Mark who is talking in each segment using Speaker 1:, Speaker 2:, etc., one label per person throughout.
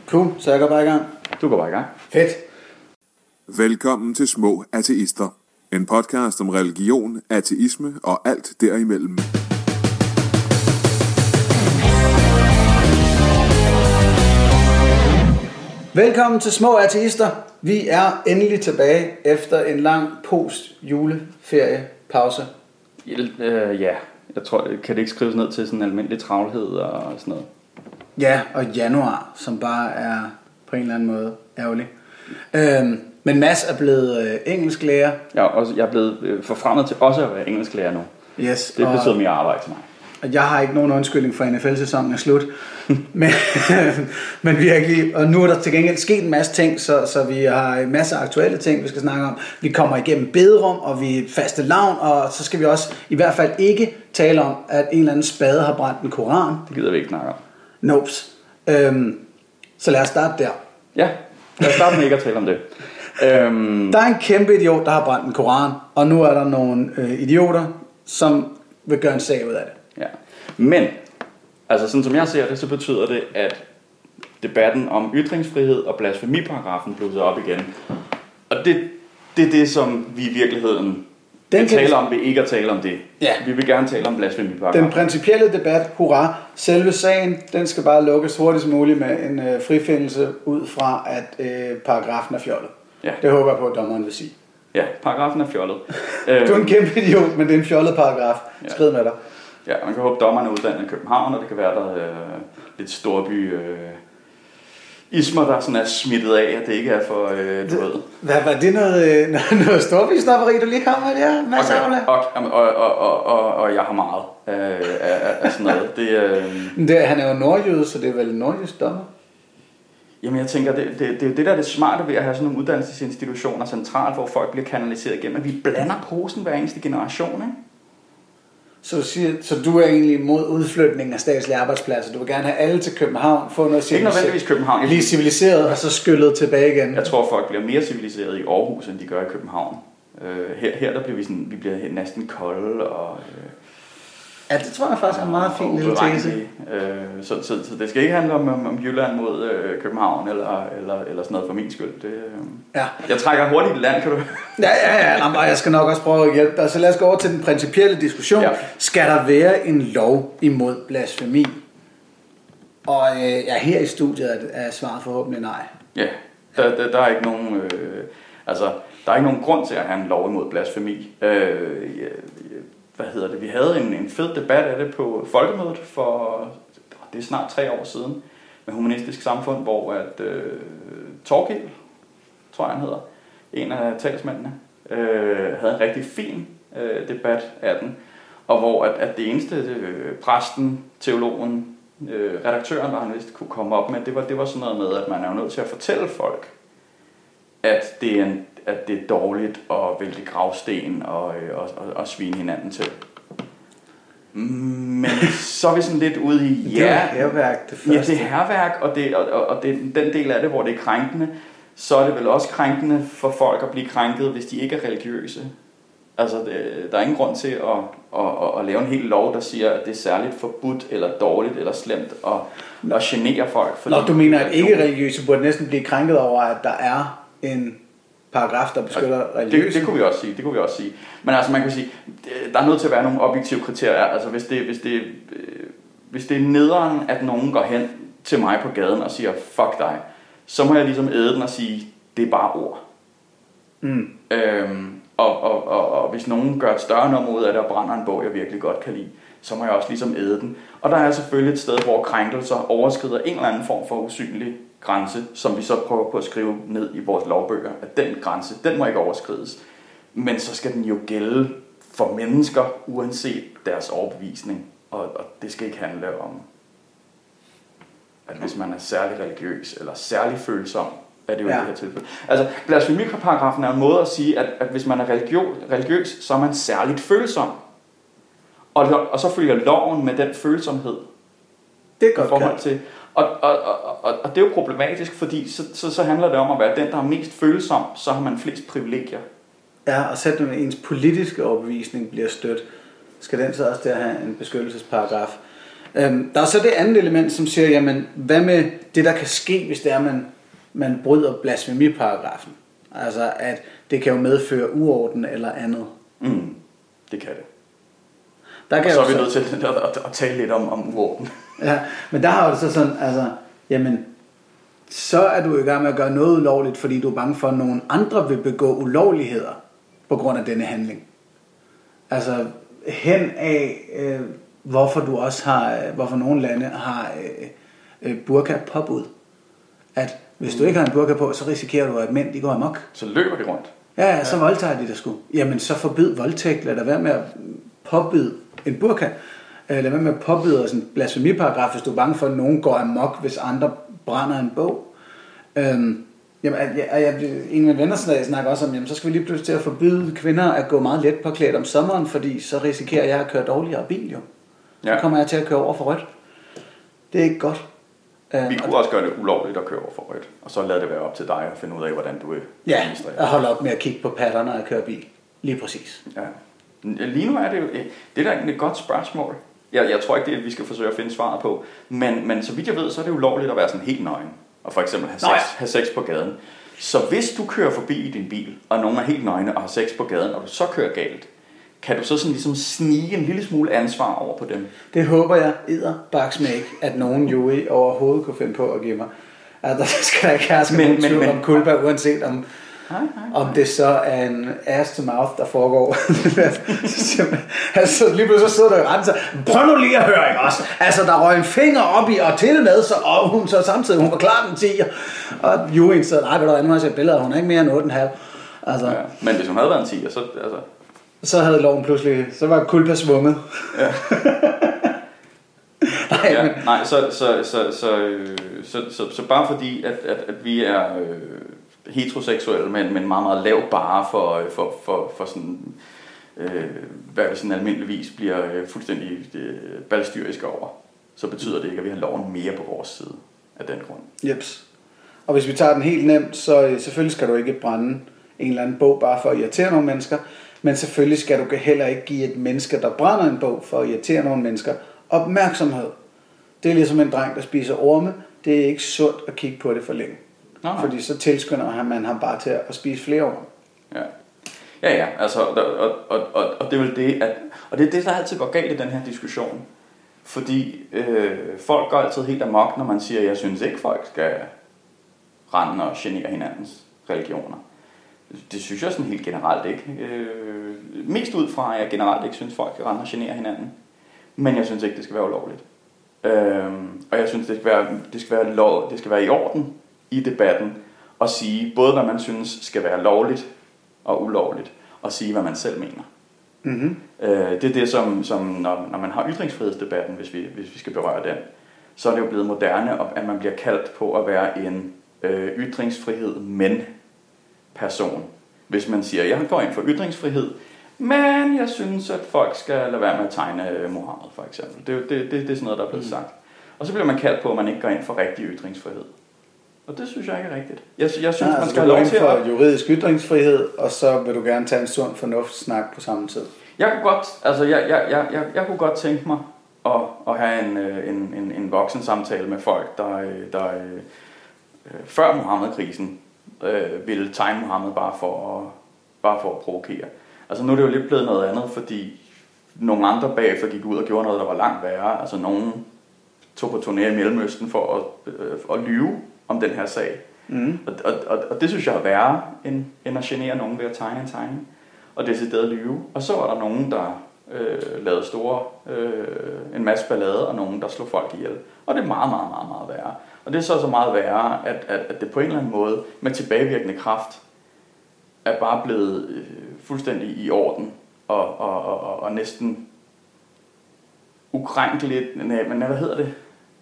Speaker 1: Cool, så jeg går bare i gang.
Speaker 2: Du går bare i gang.
Speaker 1: Fedt.
Speaker 3: Velkommen til Små Ateister. En podcast om religion, ateisme og alt derimellem.
Speaker 1: Velkommen til Små Ateister. Vi er endelig tilbage efter en lang post-juleferiepause.
Speaker 2: Ja, jeg tror, kan det ikke skrives ned til sådan en almindelig travlhed og sådan noget?
Speaker 1: Ja, og januar, som bare er på en eller anden måde ærgerlig. Men Mads er blevet engelsklærer.
Speaker 2: Ja, og jeg er blevet forfremmet til også at være engelsklærer nu.
Speaker 1: Yes,
Speaker 2: det betyder mere arbejde til mig.
Speaker 1: Og jeg har ikke nogen undskyldning for NFL-sæsonen er slut. men virkelig, og nu er der til gengæld sket en masse ting, så vi har en masse aktuelle ting, vi skal snakke om. Vi kommer igennem bederum, og vi er faste lavn, og så skal vi også i hvert fald ikke tale om, at en eller anden spade har brændt en koran.
Speaker 2: Det gider vi ikke snakke om.
Speaker 1: Nopes. Så lad os starte der.
Speaker 2: Ja, lad os starte med ikke at tale om det.
Speaker 1: Der er en kæmpe idiot, der har brændt en koran, og nu er der nogle idioter, som vil gøre en sag ud af det.
Speaker 2: Ja. Men, altså sådan som jeg ser det, så betyder det, at debatten om ytringsfrihed og blasfemiparagrafen blusser op igen. Og det er det, som vi i virkeligheden vil tale om, ved ikke at tale om det.
Speaker 1: Ja.
Speaker 2: Vi vil gerne tale om blasfemiparagrafen.
Speaker 1: Den principielle debat, hurra, selve sagen, den skal bare lukkes hurtigst muligt med en frifindelse ud fra, at paragrafen er fjollet.
Speaker 2: Ja.
Speaker 1: Det håber jeg på, at dommeren vil sige.
Speaker 2: Ja, paragrafen er fjollet.
Speaker 1: Du er en kæmpe idiot, men det er en fjollet paragraf.
Speaker 2: Ja.
Speaker 1: Skrid med dig.
Speaker 2: Ja, man kan håbe, at dommerne er uddannet i København, og det kan være, der lidt storby ismer, der sådan er smittet af, at det ikke er for, du ved.
Speaker 1: Hvad var det noget storbysnopperi, du lige kom med der? Mads Aula?
Speaker 2: Og jeg har meget af sådan noget.
Speaker 1: Han er jo nordjyde, så det er vel en nordjysk dommer?
Speaker 2: Jamen jeg tænker, det er det der er det smarte ved at have sådan nogle uddannelsesinstitutioner centralt, hvor folk bliver kanaliseret igennem, at vi blander posen hver eneste generation, ikke?
Speaker 1: Så du er egentlig mod udflytning af statslige arbejdspladser. Du vil gerne have alle til København, få noget
Speaker 2: ikke nødvendigvis København.
Speaker 1: Blive civiliseret og så skyllet tilbage igen.
Speaker 2: Jeg tror, folk bliver mere civiliseret i Aarhus, end de gør i København. Her der bliver vi bliver næsten kolde og...
Speaker 1: Ja, det tror jeg faktisk er en meget fin lille tese.
Speaker 2: Så det skal ikke handle om Jylland mod København eller sådan noget for min skyld.
Speaker 1: Ja.
Speaker 2: Jeg trækker hurtigt i land, kan du?
Speaker 1: Ja, jeg skal nok også prøve at hjælpe dig. Så lad os gå over til den principielle diskussion. Ja. Skal der være en lov imod blasfemi? Og her i studiet er svaret forhåbentlig nej.
Speaker 2: Ja, der er ikke nogen... der er ikke nogen grund til at have en lov imod blasfemi. Vi havde en fed debat af det på Folkemødet for, det er snart 3 år siden, med Humanistisk Samfund, hvor at Torkild, tror jeg han hedder, en af talsmændene, havde en rigtig fin debat af den, og hvor at det eneste præsten, teologen, redaktøren, der han vist kunne komme op med, det var sådan noget med, at man er jo nødt til at fortælle folk, at det er dårligt at vælte gravsten og svine hinanden til. Men så er vi sådan lidt ude i...
Speaker 1: Ja, det er hærværk, det første.
Speaker 2: Ja, det er hærværk, og det, den del af det, hvor det er krænkende, så er det vel også krænkende for folk at blive krænket, hvis de ikke er religiøse. Altså, der er ingen grund til at lave en hel lov, der siger, at det er særligt forbudt, eller dårligt, eller slemt, at genere folk.
Speaker 1: Nå, du mener, at ikke-religiøse burde næsten blive krænket over, at der er en paragraf, der beskytter religiøse?
Speaker 2: Det kunne vi også sige. Men altså, man kan sige, der er nødt til at være nogle objektive kriterier. Altså, hvis det er nederen, at nogen går hen til mig på gaden og siger, fuck dig, så må jeg ligesom æde den og sige, det er bare ord. Og hvis nogen gør et større nummer ud af det og brænder en bog, jeg virkelig godt kan lide, så må jeg også ligesom æde den. Og der er selvfølgelig et sted, hvor krænkelser overskrider en eller anden form for usynlig grænse, som vi så prøver på at skrive ned i vores lovbøger, at den grænse, den må ikke overskrides. Men så skal den jo gælde for mennesker, uanset deres overbevisning. Og det skal ikke handle om, at hvis man er særlig religiøs eller særlig følsom, er det jo i det her tilfælde. Altså, blasfemiparagrafen er en måde at sige, at hvis man er religiøs, så er man særligt følsom. Og så følger loven med den følsomhed.
Speaker 1: Det er godt
Speaker 2: forhold til. Og det er jo problematisk, fordi så handler det om at være den, der er mest følsom, så har man flest privilegier.
Speaker 1: Ja, og selv når ens politiske overbevisning bliver stødt, skal den så også der have en beskyttelsesparagraf. Der er så det andet element, som siger, jamen, hvad med det, der kan ske, hvis det er, man bryder blasfemiparagrafen? Altså, at det kan jo medføre uorden eller andet.
Speaker 2: Det kan det.
Speaker 1: Der kan
Speaker 2: og så er vi nødt til at tale lidt om uorden.
Speaker 1: Ja, men der har jo så sådan, altså, jamen, så er du i gang med at gøre noget ulovligt, fordi du er bange for, at nogen andre vil begå ulovligheder på grund af denne handling. Altså, hen af, hvorfor du også har, hvorfor nogle lande har burka-påbud. At hvis du ikke har en burka på, så risikerer du, at mænd de går amok.
Speaker 2: Så løber de rundt.
Speaker 1: Ja, så voldtager de dig sgu. Jamen, så forbyd voldtægt. Lad dig være med at påbyde en burka. Lad være med at påbyde sådan en blasfemiparagraf, hvis du er bange for, at nogen går amok, hvis andre brænder en bog. Jamen, en af mine venner snakker også om, jamen, så skal vi lige pludselig til at forbyde kvinder at gå meget let påklædt om sommeren, fordi så risikerer jeg at køre dårligere bil, jo. Så kommer jeg til at køre over for rødt. Det er ikke godt.
Speaker 2: Vi kunne også gøre det ulovligt at køre over for rødt, og så lade det være op til dig at finde ud af, hvordan du
Speaker 1: administrerer. Ja, og holde op med at kigge på patterne og køre bil. Lige præcis.
Speaker 2: Ja. Lige nu er det jo, det er da egentlig et godt spørgsmål. Jeg tror ikke, det er, vi skal forsøge at finde svaret på, men så vidt jeg ved, så er det ulovligt at være sådan helt nøgen, og for eksempel have sex på gaden. Så hvis du kører forbi i din bil, og nogen er helt nøgne og har sex på gaden, og du så kører galt, kan du så sådan ligesom snige en lille smule ansvar over på dem?
Speaker 1: Det håber jeg edderbaks med ikke, at nogen jury overhovedet kunne finde på at give mig. Altså, der skal ikke herske nogen tvivl om culpa, uanset om det så er en ass to mouth, der foregår. Altså, lige pludselig så sidder der og renser. Prøv nu lige at høre, ikke også? Altså, der røg en finger op i, og til med, og hun så samtidig, hun var klar den 10'er. Og juryen så, nej, ved du, nu har jeg set billeder, hun er ikke mere end 8,5. Altså,
Speaker 2: ja, men hvis hun havde været en 10'er, så... Altså...
Speaker 1: Så havde loven pludselig, så var culpa svunget. Ja.
Speaker 2: Så bare fordi, at vi er heteroseksuelle, men meget, meget lav bare for sådan, hvad vi sådan almindeligvis bliver fuldstændig balstyriske over, så betyder det ikke, at vi har loven mere på vores side af den grund.
Speaker 1: Jeps. Og hvis vi tager den helt nemt, så selvfølgelig skal du ikke brænde en eller anden bog bare for at irritere nogle mennesker, men selvfølgelig skal du heller ikke give et menneske, der brænder en bog for at irritere nogle mennesker, opmærksomhed. Det er ligesom en dreng, der spiser orme. Det er ikke sundt at kigge på det for længe. Nej. Fordi så tilskynder man ham bare til at spise flere orme.
Speaker 2: Ja, altså, og det er vel det, og det er det, der altid går galt i den her diskussion. Fordi folk går altid helt amok, når man siger, jeg synes ikke, folk skal rende og genere hinandens religioner. Det synes jeg sådan helt generelt ikke. Mest ud fra, at jeg generelt ikke synes, folk skal rende og genere hinanden. Men jeg synes ikke, det skal være ulovligt. Og jeg synes, det skal være i orden i debatten at sige både, hvad man synes skal være lovligt og ulovligt, og sige, hvad man selv mener. Mm-hmm. Det er det, som når man har ytringsfrihedsdebatten, hvis vi skal berøre den, så er det jo blevet moderne, at man bliver kaldt på at være en ytringsfrihed, men person. Hvis man siger, jeg går ind for ytringsfrihed, men jeg synes, at folk skal lade være med at tegne Mohammed, for eksempel. Det er sådan noget, der er blevet sagt. Og så bliver man kaldt på, at man ikke går ind for rigtig ytringsfrihed. Og det synes jeg ikke er rigtigt. Jeg synes, man skal have lov til at...
Speaker 1: for juridisk ytringsfrihed, og så vil du gerne tage en sund fornuftssnak på samme tid.
Speaker 2: Jeg kunne godt tænke mig at have en voksen samtale med folk, der før Mohammed-krisen ville tegne Mohammed bare for at provokere. Altså nu er det jo lidt blevet noget andet, fordi nogle andre bagefter gik ud og gjorde noget, der var langt værre. Altså nogen tog på turné i Mellemøsten for at lyve om den her sag. Mm. Og det synes jeg er værre, end at genere nogen ved at tegne en tegning. Og decideret lyve. Og så var der nogen, der lavede en masse ballade, og nogen, der slog folk ihjel. Og det er meget, meget, meget, meget værre. Og det er så meget værre, at det på en eller anden måde med tilbagevirkende kraft er bare blevet fuldstændig i orden og næsten ukrænkeligt. Men hvad hedder det?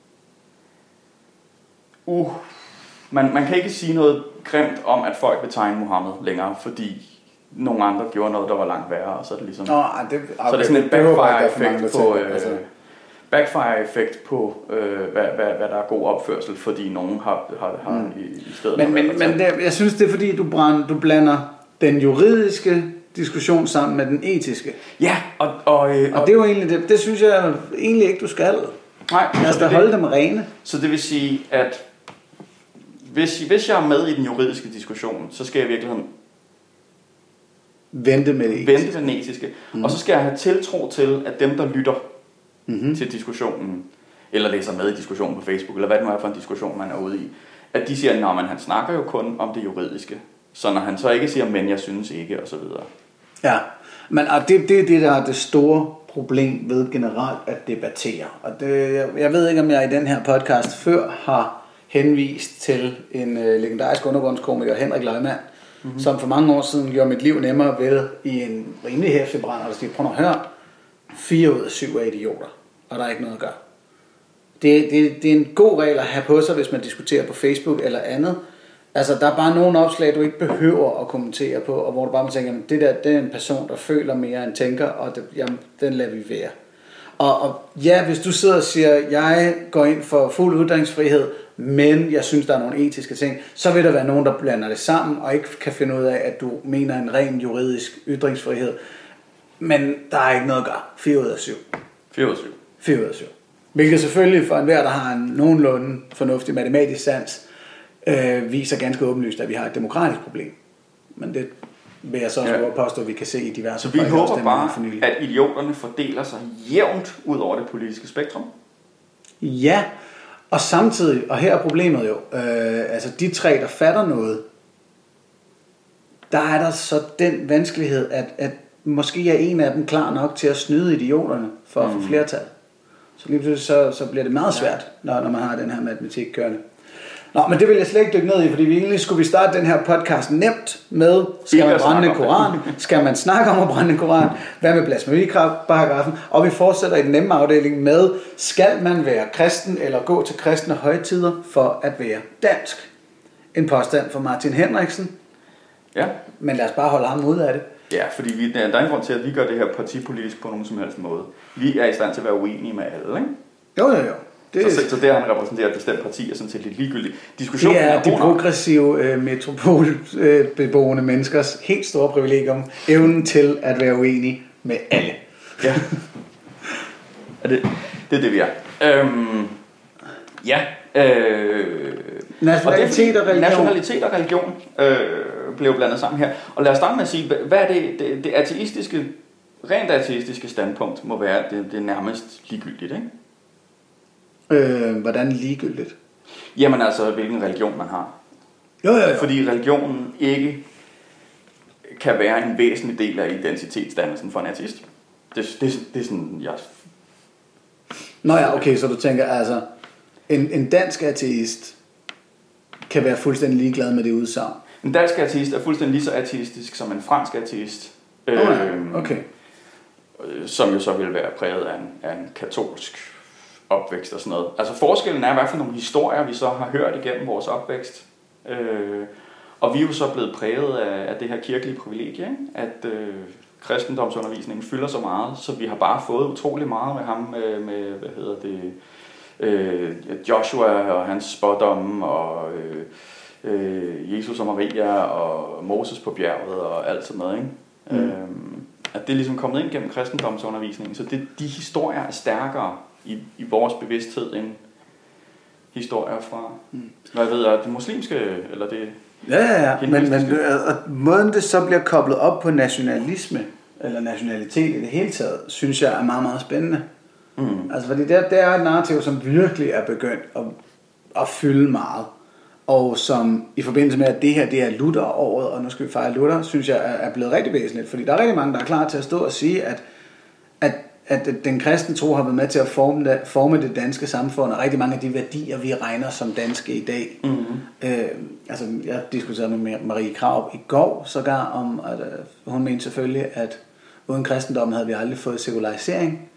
Speaker 2: Man kan ikke sige noget grimt om, at folk vil tegne Mohammed længere, fordi nogle andre gjorde noget, der var langt værre, og så er det ligesom... så er det sådan et backfire-effekt på... backfire-effekt på, hvad der er god opførsel, fordi nogen har i stedet...
Speaker 1: Men jeg synes, det er fordi, du blander den juridiske diskussion sammen med den etiske.
Speaker 2: Ja,
Speaker 1: og det er jo egentlig det synes jeg egentlig ikke, du skal.
Speaker 2: Nej,
Speaker 1: Lad os da holde dem rene.
Speaker 2: Så det vil sige, at hvis jeg er med i den juridiske diskussion, så skal jeg i virkeligheden
Speaker 1: Vente med det
Speaker 2: etiske. Og så skal jeg have tiltro til, at dem, der lytter til diskussionen, eller læser med i diskussionen på Facebook, eller hvad det nu er for en diskussion, man er ude i, at de siger, at han snakker jo kun om det juridiske. Så når han så ikke siger, men jeg synes ikke, og så videre.
Speaker 1: Ja, men det er det, der er det store problem ved generelt at debattere. Og jeg ved ikke, om jeg i den her podcast før har henvist til en legendarisk undergrundskomiker, Henrik Løgmand, som for mange år siden gjorde mit liv nemmere ved i en rimelig hæftig brand, og siger, prøv at høre, 4 ud af 7 er idioter, og der er ikke noget at gøre. Det er en god regel at have på sig, hvis man diskuterer på Facebook eller andet. Altså, der er bare nogle opslag, du ikke behøver at kommentere på, og hvor du bare må tænke, det der, det er en person, der føler mere end tænker, og den lader vi være. Og ja, hvis du sidder og siger, jeg går ind for fuld ytringsfrihed, men jeg synes, der er nogle etiske ting, så vil der være nogen, der blander det sammen, og ikke kan finde ud af, at du mener en ren juridisk ytringsfrihed. Men der er ikke noget at gøre. 4 ud af 7.
Speaker 2: 4 ud af 7.
Speaker 1: 4 ud af 7. Hvilket selvfølgelig for enhver, der har en nogenlunde fornuftig matematisk sans, viser ganske åbenlyst, at vi har et demokratisk problem. Men det vil jeg så også påstå, at vi kan se i diverse...
Speaker 2: Så vi håber bare, at idioterne fordeler sig jævnt ud over det politiske spektrum?
Speaker 1: Ja, og samtidig, og her er problemet jo, altså de 3, der fatter noget, der er der så den vanskelighed, at måske er en af dem klar nok til at snyde idioterne for at få flertal. Så lige pludselig så bliver det meget svært, når man har den her matematik kørende. Nå, men det vil jeg slet ikke dykke ned i, fordi vi egentlig skulle starte den her podcast nemt med, skal man brænde en koran? Skal man snakke om at brænde en koran? Hvad med blasfemiparagrafen? Og vi fortsætter i den nemme afdeling med, skal man være kristen eller gå til kristne højtider for at være dansk? En påstand fra Martin Henriksen. Ja. Men lad os bare holde ham ud af det.
Speaker 2: Ja, fordi der er en grund til, at vi gør det her partipolitisk på nogen som helst måde. Vi er i stand til at være uenige med alle, ikke?
Speaker 1: Jo.
Speaker 2: Så det, han repræsenterer et bestemt parti, er sådan set lidt ligegyldigt. Diskussionen
Speaker 1: det er de progressive metropolbeboende menneskers helt store privilegium, evnen til at være uenige med alle.
Speaker 2: Ja. Det er det, vi er.
Speaker 1: Nationalitet og religion.
Speaker 2: Nationalitet og religion blev blandet sammen her. Og lad os starte med at sige, hvad er det ateistiske, rent ateistiske standpunkt må være det nærmest ligegyldigt, ikke?
Speaker 1: Hvordan ligegyldigt?
Speaker 2: Jamen altså, hvilken religion man har.
Speaker 1: Jo.
Speaker 2: Fordi religionen ikke kan være en væsentlig del af identitetsdannelsen for en ateist. Det er sådan, jeg...
Speaker 1: Nå ja, okay, så du tænker altså, en dansk ateist kan være fuldstændig ligeglad med det udsagn.
Speaker 2: En dansk ateist er fuldstændig lige så ateistisk som en fransk ateist.
Speaker 1: Okay.
Speaker 2: Som jo så vil være præget af en katolsk opvækst og sådan noget. Altså forskellen er, hvad for nogle historier vi så har hørt igennem vores opvækst. Og vi er jo så blevet præget af det her kirkelige privilegie, ikke? At kristendomsundervisningen fylder så meget, så vi har bare fået utrolig meget med ham, med Joshua og hans spådomme, og Jesus og Maria og Moses på bjerget og alt sådan noget, ikke? At det er ligesom kommet ind gennem kristendomsundervisningen, så de historier er stærkere i vores bevidsthed end historier fra, hvad jeg ved, det muslimske, eller det...
Speaker 1: Ja, men måden det så bliver koblet op på nationalisme, eller nationalitet i det hele taget, synes jeg er meget, meget spændende. Altså, fordi det er et narrativ, som virkelig er begyndt at fylde meget, og som i forbindelse med, at det her, det er Luther-året, og nu skal vi fejre Luther, synes jeg er blevet rigtig væsentligt, fordi der er rigtig mange, der er klar til at stå og sige, at den kristne tro har været med til at forme det danske samfund, og rigtig mange af de værdier, vi regner som danske i dag. Altså, jeg diskuterede med Marie Krarup i går sågar om, at hun mente selvfølgelig, at uden kristendom havde vi aldrig fået sekularisering.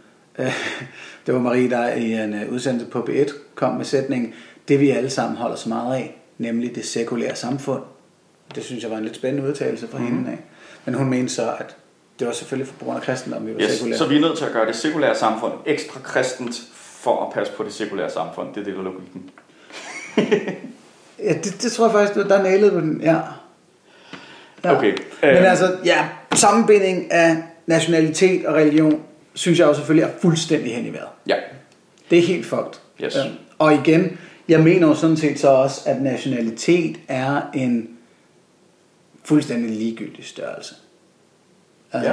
Speaker 1: Det var Marie, der i en udsendelse på P1 kom med sætningen, det vi alle sammen holder så meget af, nemlig det sekulære samfund. Det synes jeg var en lidt spændende udtalelse fra hende af. Men hun mente så, at det var selvfølgelig for grund af kristendom, vi var sekulære.
Speaker 2: Så vi er nødt til at gøre det sekulære samfund ekstra kristent for at passe på det sekulære samfund. Det er det, der er logikken.
Speaker 1: Ja, det tror jeg faktisk, der nailede du den. Ja.
Speaker 2: Okay.
Speaker 1: Men altså, sammenbinding af nationalitet og religion, synes jeg jo selvfølgelig er fuldstændig hen i vejret.
Speaker 2: Ja.
Speaker 1: Det er helt fucked.
Speaker 2: Yes.
Speaker 1: Og igen, jeg mener jo sådan set så også, at nationalitet er en fuldstændig ligegyldig størrelse. Altså,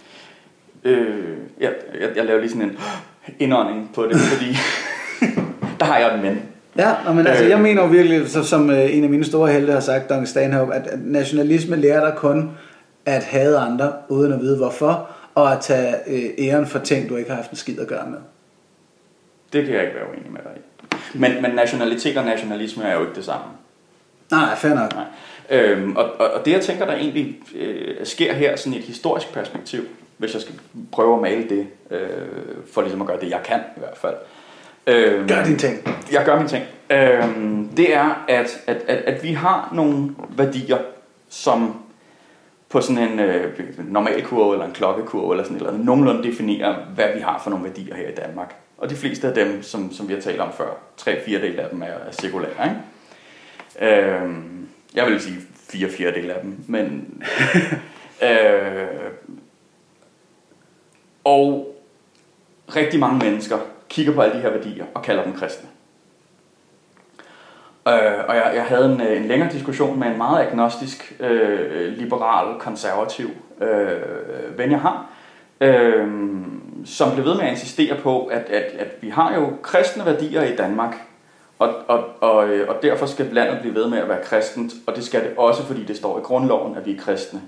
Speaker 2: Jeg laver lige sådan en indånding på det, fordi der har jeg et men.
Speaker 1: Ja, men altså, jeg mener jo virkelig, som en af mine store helte har sagt, Duncan Stanhope, at nationalisme lærer dig kun at hade andre, uden at vide hvorfor, og at tage æren for ting, du ikke har haft en skid at gøre med.
Speaker 2: Det kan jeg ikke være uenig med dig i. Men nationalitet og nationalisme er jo ikke det samme.
Speaker 1: Nej, fair nok.
Speaker 2: Og det jeg tænker, der egentlig sker her, sådan et historisk perspektiv, hvis jeg skal prøve at male det, for ligesom at gøre det, jeg kan i hvert fald.
Speaker 1: Gør din ting.
Speaker 2: Jeg gør min ting. Det er, at vi har nogle værdier, som på sådan en normal kurve eller en klokkekurve eller sådan et eller andet, nogenlunde definerer, hvad vi har for nogle værdier her i Danmark. Og de fleste af dem, som vi har talt om før, 3/4 af dem er sekulære, ikke? Jeg vil sige 4/4 af dem, men og rigtig mange mennesker kigger på alle de her værdier og kalder dem kristne. Og jeg havde en længere diskussion med en meget agnostisk, liberal, konservativ ven, jeg har, som blev ved med at insistere på, at vi har jo kristne værdier i Danmark, og derfor skal landet blive ved med at være kristent, og det skal det også, fordi det står i grundloven, at vi er kristne.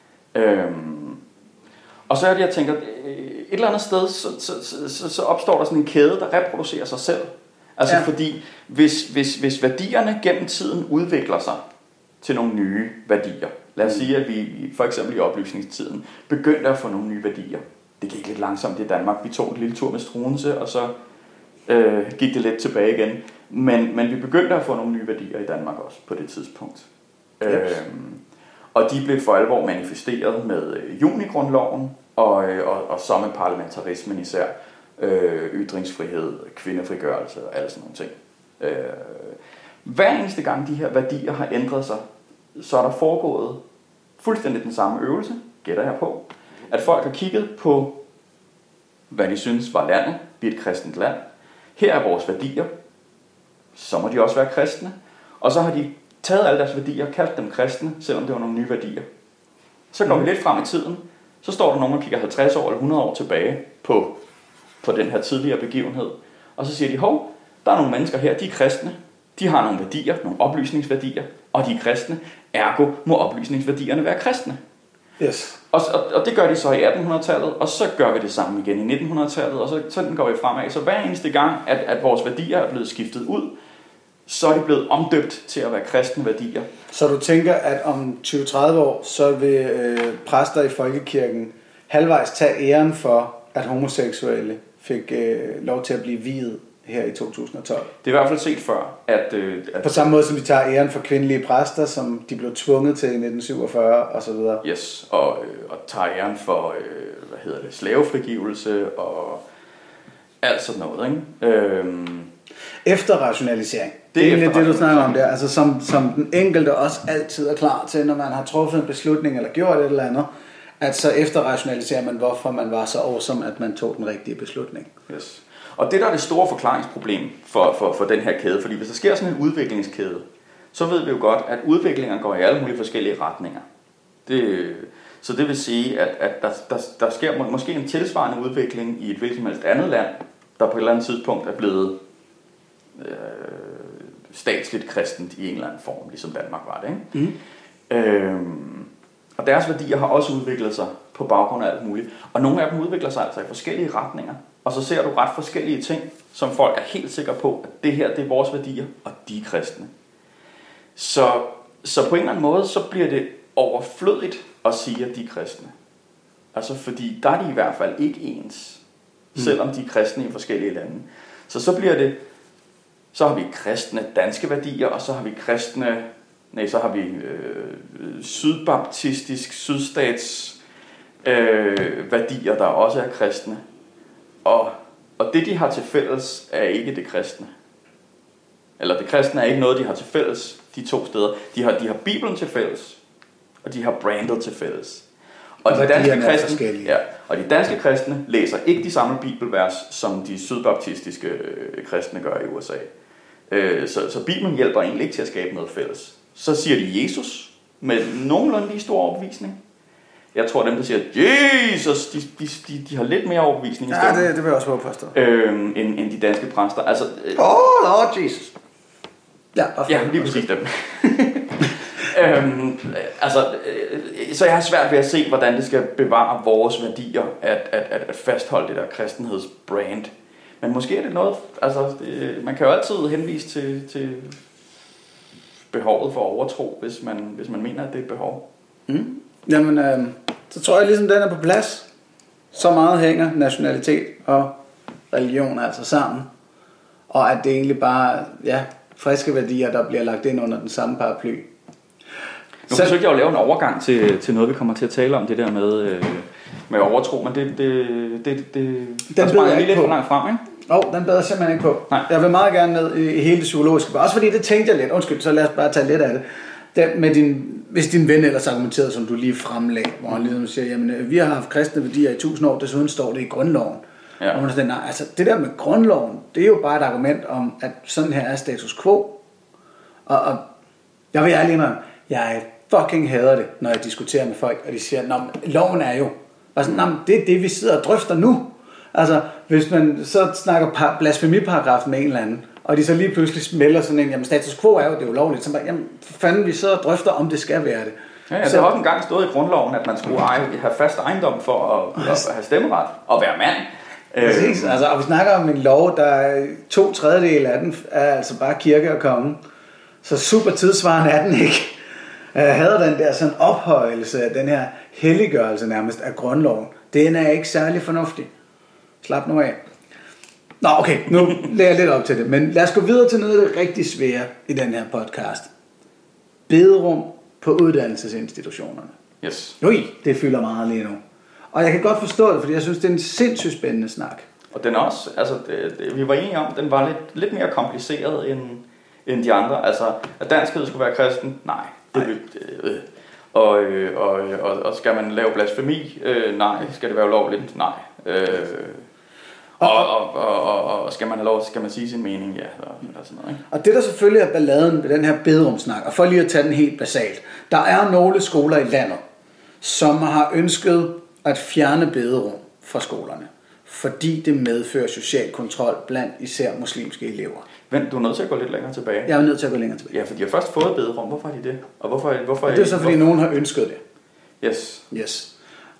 Speaker 2: Og så er det, jeg tænker, et eller andet sted, så opstår der sådan en kæde, der reproducerer sig selv. Altså fordi, hvis værdierne gennem tiden udvikler sig til nogle nye værdier, lad os sige, at vi for eksempel i oplysningstiden begyndte at få nogle nye værdier. Det gik lidt langsomt i Danmark. Vi tog en lille tur med Struensee, og så gik det lidt tilbage igen. Men vi begyndte at få nogle nye værdier i Danmark også på det tidspunkt. Og de blev for alvor manifesteret med junigrundloven og så med parlamentarismen især. Ytringsfrihed, kvindefrigørelse og alle sådan nogle ting. Hver eneste gang de her værdier har ændret sig, så er der foregået fuldstændig den samme øvelse, gætter jeg på, at folk har kigget på, hvad de synes var landet. Vi er et kristent land. Her er vores værdier. Så må de også være kristne. Og så har de taget alle deres værdier og kaldt dem kristne, selvom det var nogle nye værdier. Så går vi lidt frem i tiden. Så står der nogen, der kigger 50 år eller 100 år tilbage på den her tidligere begivenhed. Og så siger de, hov, der er nogle mennesker her, de er kristne. De har nogle værdier, nogle oplysningsværdier, og de er kristne. Ergo må oplysningsværdierne være kristne.
Speaker 1: Yes.
Speaker 2: Og det gør de så i 1800-tallet, og så gør vi det samme igen i 1900-tallet, og så sådan går vi fremad. Så hver eneste gang, at vores værdier er blevet skiftet ud, så er de blevet omdøbt til at være kristne værdier.
Speaker 1: Så du tænker, at om 20-30 år, så vil præster i folkekirken halvvejs tage æren for, at homoseksuelle fik lov til at blive viet her i 2012?
Speaker 2: Det er i hvert fald set før, at
Speaker 1: på samme måde som de tager æren for kvindelige præster, som de blev tvunget til i 1947 og så videre.
Speaker 2: Yes, og tager æren for slavefrigivelse og alt sådan noget, ikke?
Speaker 1: Efterrationalisering. Det er egentlig det, du snakker om der. Altså som den enkelte også altid er klar til, når man har truffet en beslutning eller gjort et eller andet, at så efterrationaliserer man, hvorfor man var så awesome, at man tog den rigtige beslutning.
Speaker 2: Yes. Og det der er det store forklaringsproblem for den her kæde, fordi hvis der sker sådan en udviklingskæde, så ved vi jo godt, at udviklingen går i alle mulige forskellige retninger. Så det vil sige, at der sker måske en tilsvarende udvikling i et hvilket som helst andet land, der på et eller andet tidspunkt er blevet statsligt kristent i en eller anden form, ligesom Danmark var det, ikke? Og deres værdier har også udviklet sig på baggrund af alt muligt. Og nogle af dem udvikler sig altså i forskellige retninger. Og så ser du ret forskellige ting, som folk er helt sikre på, at det her, det er vores værdier, og de er kristne. Så på en eller anden måde, så bliver det overflødigt at sige, at de er kristne. Altså fordi der er de i hvert fald ikke ens, selvom de er kristne i forskellige lande. Så bliver det, så har vi kristne danske værdier, og så har vi kristne, så har vi sydbaptistisk, sydstats værdier, der også er kristne. Og det, de har til fælles, er ikke det kristne. Eller det kristne er ikke noget, de har til fælles, de to steder. De har Bibelen til fælles, og de har brandet til fælles. Og de danske kristne læser ikke de samme bibelvers, som de sydbaptistiske kristne gør i USA. Så Bibelen hjælper egentlig ikke til at skabe noget fælles. Så siger de Jesus med nogenlunde lige stor overbevisning. Jeg tror, dem, der siger Jesus, de har lidt mere overbevisning i stemmen.
Speaker 1: Ja, det vil jeg også håbe påstå.
Speaker 2: End de danske præster. Altså,
Speaker 1: Lord Jesus.
Speaker 2: Ja, lige præcis dem. Så jeg har svært ved at se, hvordan det skal bevare vores værdier, at fastholde det der kristenhedsbrand. Men måske er det noget, man kan jo altid henvise til behovet for overtro, hvis man mener, at det er et behov.
Speaker 1: Jamen, så tror jeg ligesom, den er på plads. Så meget hænger nationalitet og religion altså sammen. Og at det egentlig bare, friske værdier, der bliver lagt ind under den samme paraply.
Speaker 2: Nu forsøgte jeg at lave en overgang til noget, vi kommer til at tale om, det der med overtro, men den springer lige lidt for langt frem, ikke?
Speaker 1: Den beder simpelthen ikke på.
Speaker 2: Nej.
Speaker 1: Jeg vil meget gerne ned i hele det psykologiske. Også fordi det tænkte jeg lidt. Undskyld, så lad os bare tage lidt af det. Hvis din ven ellers argumenterede, som du lige fremlagde, hvor han ligesom siger, jamen vi har haft kristne værdier i 1000 år, desuden står det i grundloven. Ja. Og man siger, nej, altså det der med grundloven, det er jo bare et argument om, at sådan her er status quo. Og jeg vil ærlig indrømme, jeg fucking hader det, når jeg diskuterer med folk, og de siger, nå, loven er jo. Og sådan, nå, det er det, vi sidder og drøfter nu. Altså, hvis man så snakker blasfemiparagrafen med en eller anden, og de så lige pludselig smelter sådan en, jamen status quo er jo, det er ulovligt, så bare, jamen fanden, vi sidder og drøfter, om det skal være det.
Speaker 2: Ja, det har også engang stået i grundloven, at man skulle have fast ejendom for at have stemmeret og være mand.
Speaker 1: Præcis, og vi snakker om en lov, der er 2/3 af den er altså bare kirke og konge. Så super tidsvarende er den ikke. Jeg hader den der sådan ophøjelse af den her helliggørelse nærmest af grundloven. Den er ikke særlig fornuftig. Slap nu af. Nå, okay, nu lægger jeg lidt op til det. Men lad os gå videre til noget af det rigtig svære i den her podcast. Bederum på uddannelsesinstitutionerne.
Speaker 2: Yes.
Speaker 1: Det fylder meget lige nu. Og jeg kan godt forstå det, fordi jeg synes, det er en sindssygt spændende snak.
Speaker 2: Og den også, vi var enige om, den var lidt mere kompliceret end de andre. Altså, at danskhed skulle være kristen? Nej. Og skal man lave blasfemi? Nej. Skal det være ulovligt? Nej. Og skal man have lov, skal man sige sin mening? Ja. Og sådan noget, ikke?
Speaker 1: Og det der selvfølgelig er balladen ved den her bederumsnak, og for lige at tage den helt basalt, der er nogle skoler i landet, som har ønsket at fjerne bederum fra skolerne, fordi det medfører social kontrol blandt især muslimske elever.
Speaker 2: Vent, du er nødt til at gå lidt længere tilbage.
Speaker 1: Jeg er nødt til at gå længere tilbage.
Speaker 2: Ja, for de har først fået bederum. Hvorfor har de det? Og hvorfor
Speaker 1: det er så fordi nogen har ønsket det.
Speaker 2: Yes.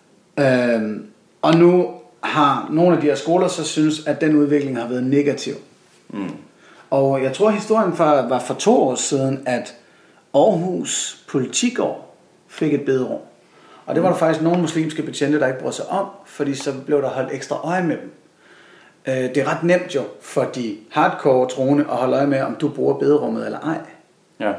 Speaker 1: Og nu har nogle af de her skoler så synes, at den udvikling har været negativ. Og jeg tror historien var for 2 år siden, at Aarhus Politigård fik et bederum. Og det var der faktisk nogle muslimske betjente, der ikke brød sig om, fordi så blev der holdt ekstra øje med dem. Det er ret nemt jo for de hardcore troende at holde øje med, om du bruger bederummet eller ej.
Speaker 2: Ja.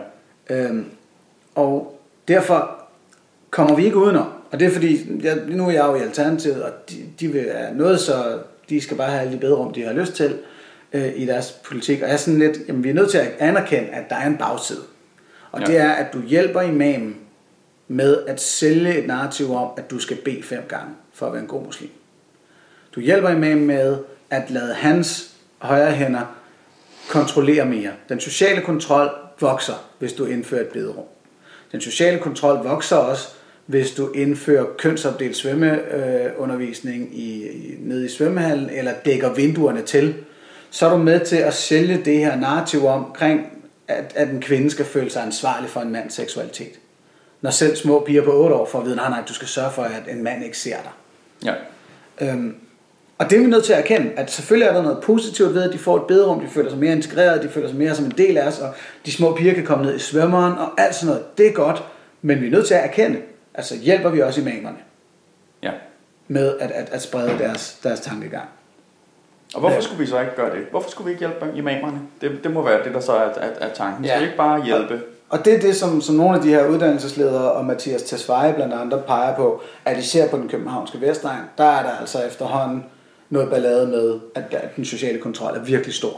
Speaker 1: Og derfor kommer vi ikke udenom. Og det er fordi, nu er jeg jo i Alternativet, og de vil have noget, så de skal bare have alle de bederum, de har lyst til i deres politik. Og jeg er sådan lidt, jamen vi er nødt til at anerkende, at der er en bagside. Og det er, at du hjælper imamen med at sælge et narrativ om, at du skal bede 5 gange for at være en god muslim. Du hjælper imamen med at lade hans højre hænder kontrollere mere. Den sociale kontrol vokser, hvis du indfører et bederum. Den sociale kontrol vokser også, hvis du indfører kønsopdelt svømmeundervisning nede i svømmehallen, eller dækker vinduerne til. Så er du med til at sælge det her narrativ omkring, at en kvinde skal føle sig ansvarlig for en mands seksualitet. Når selv små piger på 8 år får at vide, nej, du skal sørge for, at en mand ikke ser dig.
Speaker 2: Ja.
Speaker 1: Og det er vi nødt til at erkende, at selvfølgelig er der noget positivt ved, at de får et bederum, de føler sig mere integreret, de føler sig mere som en del af os, og de små piger kan komme ned i svømmeren, og alt sådan noget. Det er godt, men vi er nødt til at erkende, altså hjælper vi også imamerne med at sprede deres tankegang.
Speaker 2: Og hvorfor skulle vi så ikke gøre det? Hvorfor skulle vi ikke hjælpe imamerne? Det må være det, der så er tanken. Skal vi ikke bare hjælpe?
Speaker 1: Og det er det, som nogle af de her uddannelsesledere og Mathias Tesfaye blandt andre peger på, at især på den københavnske Vestegn, der er der altså efterhånden noget ballade med, at den sociale kontrol er virkelig stor.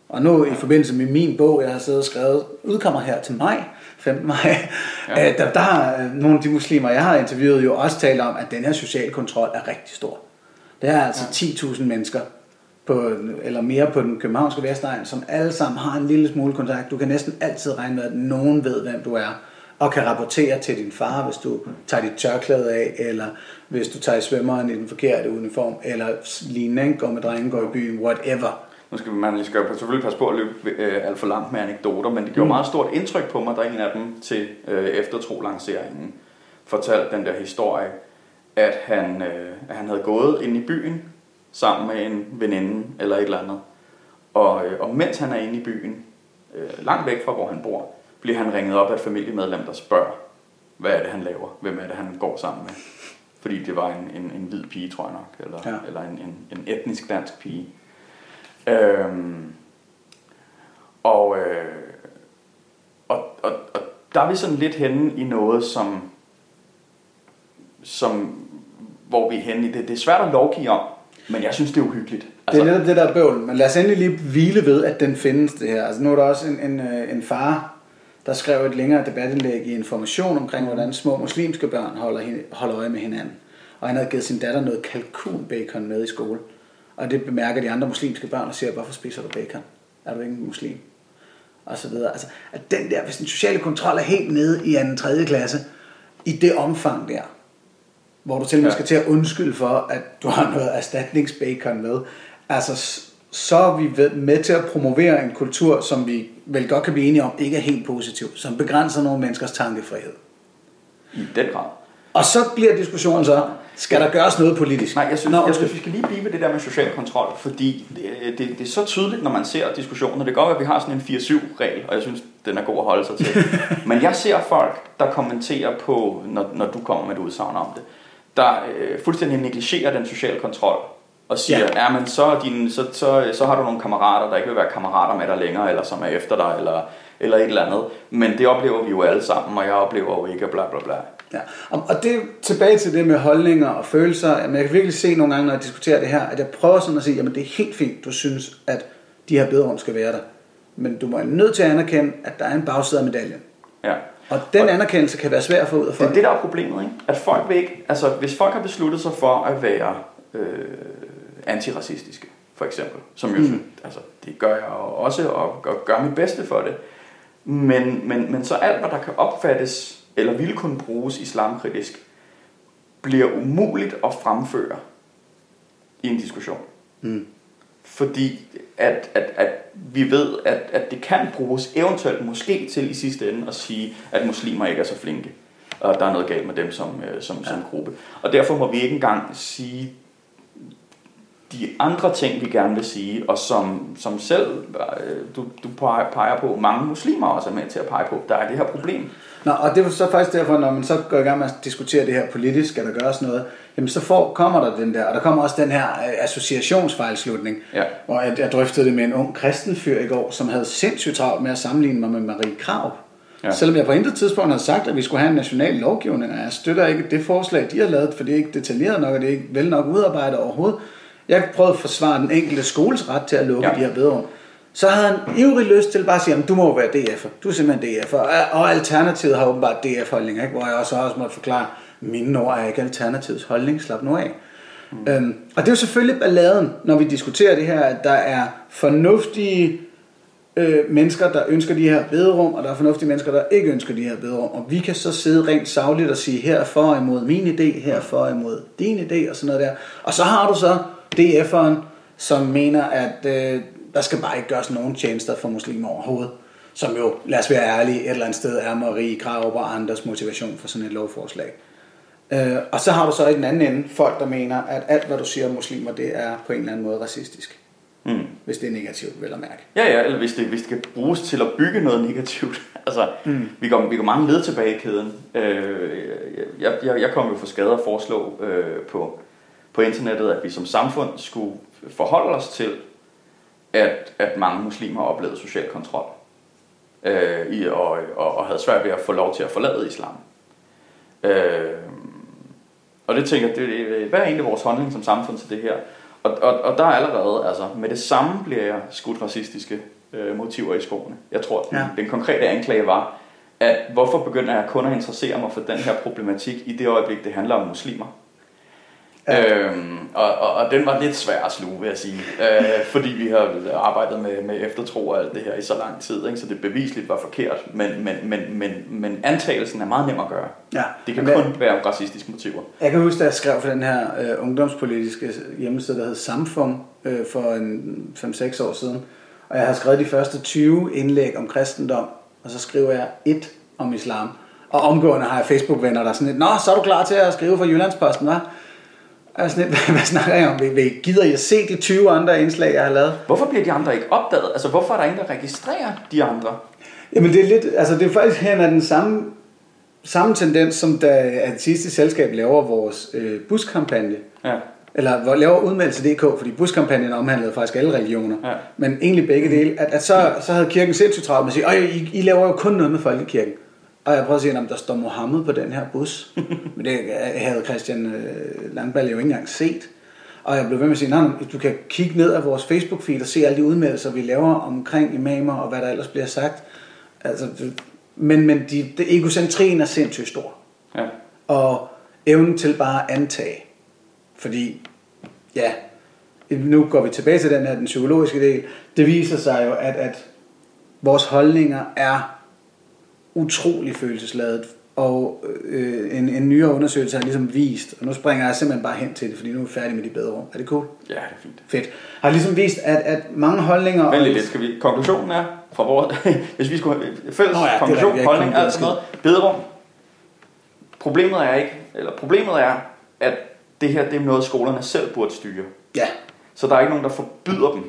Speaker 1: Og nu i forbindelse med min bog, jeg har siddet og skrevet, udkommer her til maj, 15. maj, der har nogle af de muslimer, jeg har interviewet, jo også talt om, at den her sociale kontrol er rigtig stor. Det er altså 10.000 mennesker, eller mere på den københavnske Vestegn, som alle sammen har en lille smule kontakt. Du kan næsten altid regne med, at nogen ved, hvem du er, og kan rapportere til din far, hvis du tager dit tørklæde af, eller hvis du tager i svømmeren i den forkerte uniform, eller lignende, går med drengen, går i byen, whatever.
Speaker 2: Nu skal man selvfølgelig passe på at løbe alt for langt med anekdoter, men det gjorde meget stort indtryk på mig, da en af dem til eftertro-lanceringen fortalte den der historie, at han havde gået ind i byen sammen med en veninde eller et eller andet. Og mens han er inde i byen, langt væk fra hvor han bor, bliver han ringet op af et familiemedlem, der spørger, hvad er det han laver, hvem er det han går sammen med. Fordi det var en hvid pige, tror jeg nok, eller en etnisk dansk pige. Og der er vi sådan lidt henne i noget, som hvor vi er henne i det. Det er svært at lovgive om, men jeg synes, det er uhyggeligt.
Speaker 1: Altså, det er netop det, der er bøvl. Men lad os endelig lige hvile ved, at den findes, det her. Altså, nu er der også en far, der skrev et længere debatindlæg i Information omkring, hvordan små muslimske børn holder øje med hinanden. Og han havde givet sin datter noget kalkunbacon med i skole. Og det bemærker de andre muslimske børn og siger, hvorfor spiser du bacon? Er du ikke en muslim? Og så videre. Altså, at den der, hvis den sociale kontrol er helt nede i 2. 3. klasse, i det omfang der, hvor du til og med skal til at undskylde for, at du har noget erstatningsbacon med, altså, så er vi med til at promovere en kultur, som vi vel godt kan blive enige om, ikke er helt positiv, som begrænser nogle menneskers tankefrihed.
Speaker 2: I den grad.
Speaker 1: Og så bliver diskussionen så, skal der gøres noget politisk?
Speaker 2: Nej, jeg synes, vi skal lige blive ved det der med social kontrol, fordi det er så tydeligt, når man ser diskussioner. Det kan godt være, at vi har sådan en 4-7-regel, og jeg synes, den er god at holde sig til. Men jeg ser folk, der kommenterer på, når du kommer med et udsagn om det, der fuldstændig negligerer den sociale kontrol, og siger, men så har du nogle kammerater, der ikke vil være kammerater med dig længere, eller som er efter dig, eller et eller andet. Men det oplever vi jo alle sammen, og jeg oplever jo ikke, bla bla bla.
Speaker 1: Ja, og det er tilbage til det med holdninger og følelser. Jamen, jeg kan virkelig se nogle gange, når jeg diskuterer det her, at jeg prøver sådan at sige, jamen det er helt fint, du synes, at de her bederum skal være der. Men du må nødt til at anerkende, at der er en bagside af medaljen.
Speaker 2: Ja.
Speaker 1: Og den anerkendelse kan være svær at få ud af folk.
Speaker 2: Det er det, der er problemet, ikke? At folk vil ikke, altså hvis folk har besluttet sig for at være antiracistiske, for eksempel, som jeg synes, altså det gør jeg også, og gør mit bedste for det. Men så alt, hvad der kan opfattes, eller ville kunne bruges islamkritisk, bliver umuligt at fremføre i en diskussion. Fordi at vi ved, at det kan bruges eventuelt måske til i sidste ende at sige, at muslimer ikke er så flinke, og der er noget galt med dem som gruppe. Og derfor må vi ikke engang sige de andre ting, vi gerne vil sige, og som selv du peger på, mange muslimer også er med til at pege på, der er det her problem.
Speaker 1: Nå, og det er så faktisk derfor, når man så går i gang med at diskutere det her politisk, skal der gøres noget, jamen så kommer der den der, og der kommer også den her associationsfejlslutning, hvor jeg drøftede det med en ung kristen fyr i går, som havde sindssygt travlt med at sammenligne mig med Marie Krarup. Ja. Selvom jeg på intet tidspunkt havde sagt, at vi skulle have en national lovgivning, og jeg støtter ikke det forslag, de har lavet, for det er ikke detaljeret nok, og det er ikke vel nok udarbejdet overhovedet. Jeg prøvede at forsvare den enkelte skoles ret til at lukke de her bederum. Så havde han ivrig lyst til bare at sige, at du må være DF'er. Du er simpelthen DF'er. Og Alternativet har åbenbart DF-holdninger, ikke? Hvor jeg også måtte forklare, mine ord er ikke Alternativets holdning, slap nu af. Og det er jo selvfølgelig balladen, når vi diskuterer det her, at der er fornuftige mennesker, der ønsker de her bederum, og der er fornuftige mennesker, der ikke ønsker de her bederum. Og vi kan så sidde rent sagligt og sige, her for imod min idé, her for imod din idé, og sådan noget der. Og så har du så DF'eren, som mener, at der skal bare ikke gøres nogen tjenester for muslimer overhovedet. Som jo, lad os være ærlige, et eller andet sted er Marie Krarup og andres motivation for sådan et lovforslag. Og så har du så i den anden ende folk, der mener, at alt hvad du siger om muslimer, det er på en eller anden måde racistisk. Hvis det er negativt, vel at mærke.
Speaker 2: Ja, eller hvis det kan bruges til at bygge noget negativt. Altså, vi går mange led tilbage i kæden. Jeg kom jo for skade at foreslå på internettet, at vi som samfund skulle forholde os til, at mange muslimer oplevede social kontrol og havde svært ved at få lov til at forlade islam. Og det tænker jeg, hvad er egentlig vores holdning som samfund til det her? Og der er allerede, altså med det samme bliver jeg skudt racistiske motiver i skoene. Jeg tror, den konkrete anklage var, at hvorfor begynder jeg kun at interessere mig for den her problematik i det øjeblik, det handler om muslimer. Ja. Og den var lidt svær at sluge, vil jeg sige. Fordi vi har arbejdet med eftertro og alt det her i så lang tid, ikke? Så det bevisligt var forkert. Men antagelsen er meget nem at gøre. Ja. Det kan kun være racistiske motiver.
Speaker 1: Jeg kan huske, da jeg skrev for den her ungdomspolitiske hjemmeside, der hed Samfund, for en 5-6 år siden. Og jeg har skrevet de første 20 indlæg om kristendom, og så skriver jeg 1 om islam. Og omgående har jeg Facebook-venner, der er sådan lidt, nå, så er du klar til at skrive for Jyllandsposten, hva'? Og sådan lidt, hvad snakker jeg om? Gider I at se de 20 andre indslag, jeg har lavet?
Speaker 2: Hvorfor bliver de andre ikke opdaget? Altså, hvorfor er der ingen, der registrerer de andre?
Speaker 1: Jamen, det er lidt, altså det er faktisk hen af den samme tendens, som da Ateistisk Selskab laver vores buskampagne. Ja. Eller laver udmeldelse.dk, fordi buskampagnen omhandlede faktisk alle religioner. Ja. Men egentlig begge dele. At så havde kirken sindssygt travlt med at sige, I laver jo kun noget med folkekirken. Og jeg prøvede at sige, at der står Mohammed på den her bus. Men det havde Christian Langballe jo ikke engang set. Og jeg blev ved med at sige, nej, du kan kigge ned af vores Facebook-feed og se alle de udmeldelser, vi laver omkring imamer og hvad der ellers bliver sagt. Altså, men egocentrien er sindssygt stor. Ja. Og evnen til bare at antage. Fordi, ja, nu går vi tilbage til den psykologiske del. Det viser sig jo, at vores holdninger er utrolig følelsesladet, og en nyere undersøgelse har ligesom vist, og nu springer jeg simpelthen bare hen til det, fordi nu er vi færdige med de bedre rum. Er det cool?
Speaker 2: Ja, det er fint.
Speaker 1: Fedt. Har ligesom vist, at mange holdninger...
Speaker 2: Vent lidt, skal vi... Konklusionen er, fra vores... hvis vi skulle have fælles konklusion, holdning er sådan noget. Bederum. Problemet er, at det her, det er noget, skolerne selv burde styre. Ja. Så der er ikke nogen, der forbyder dem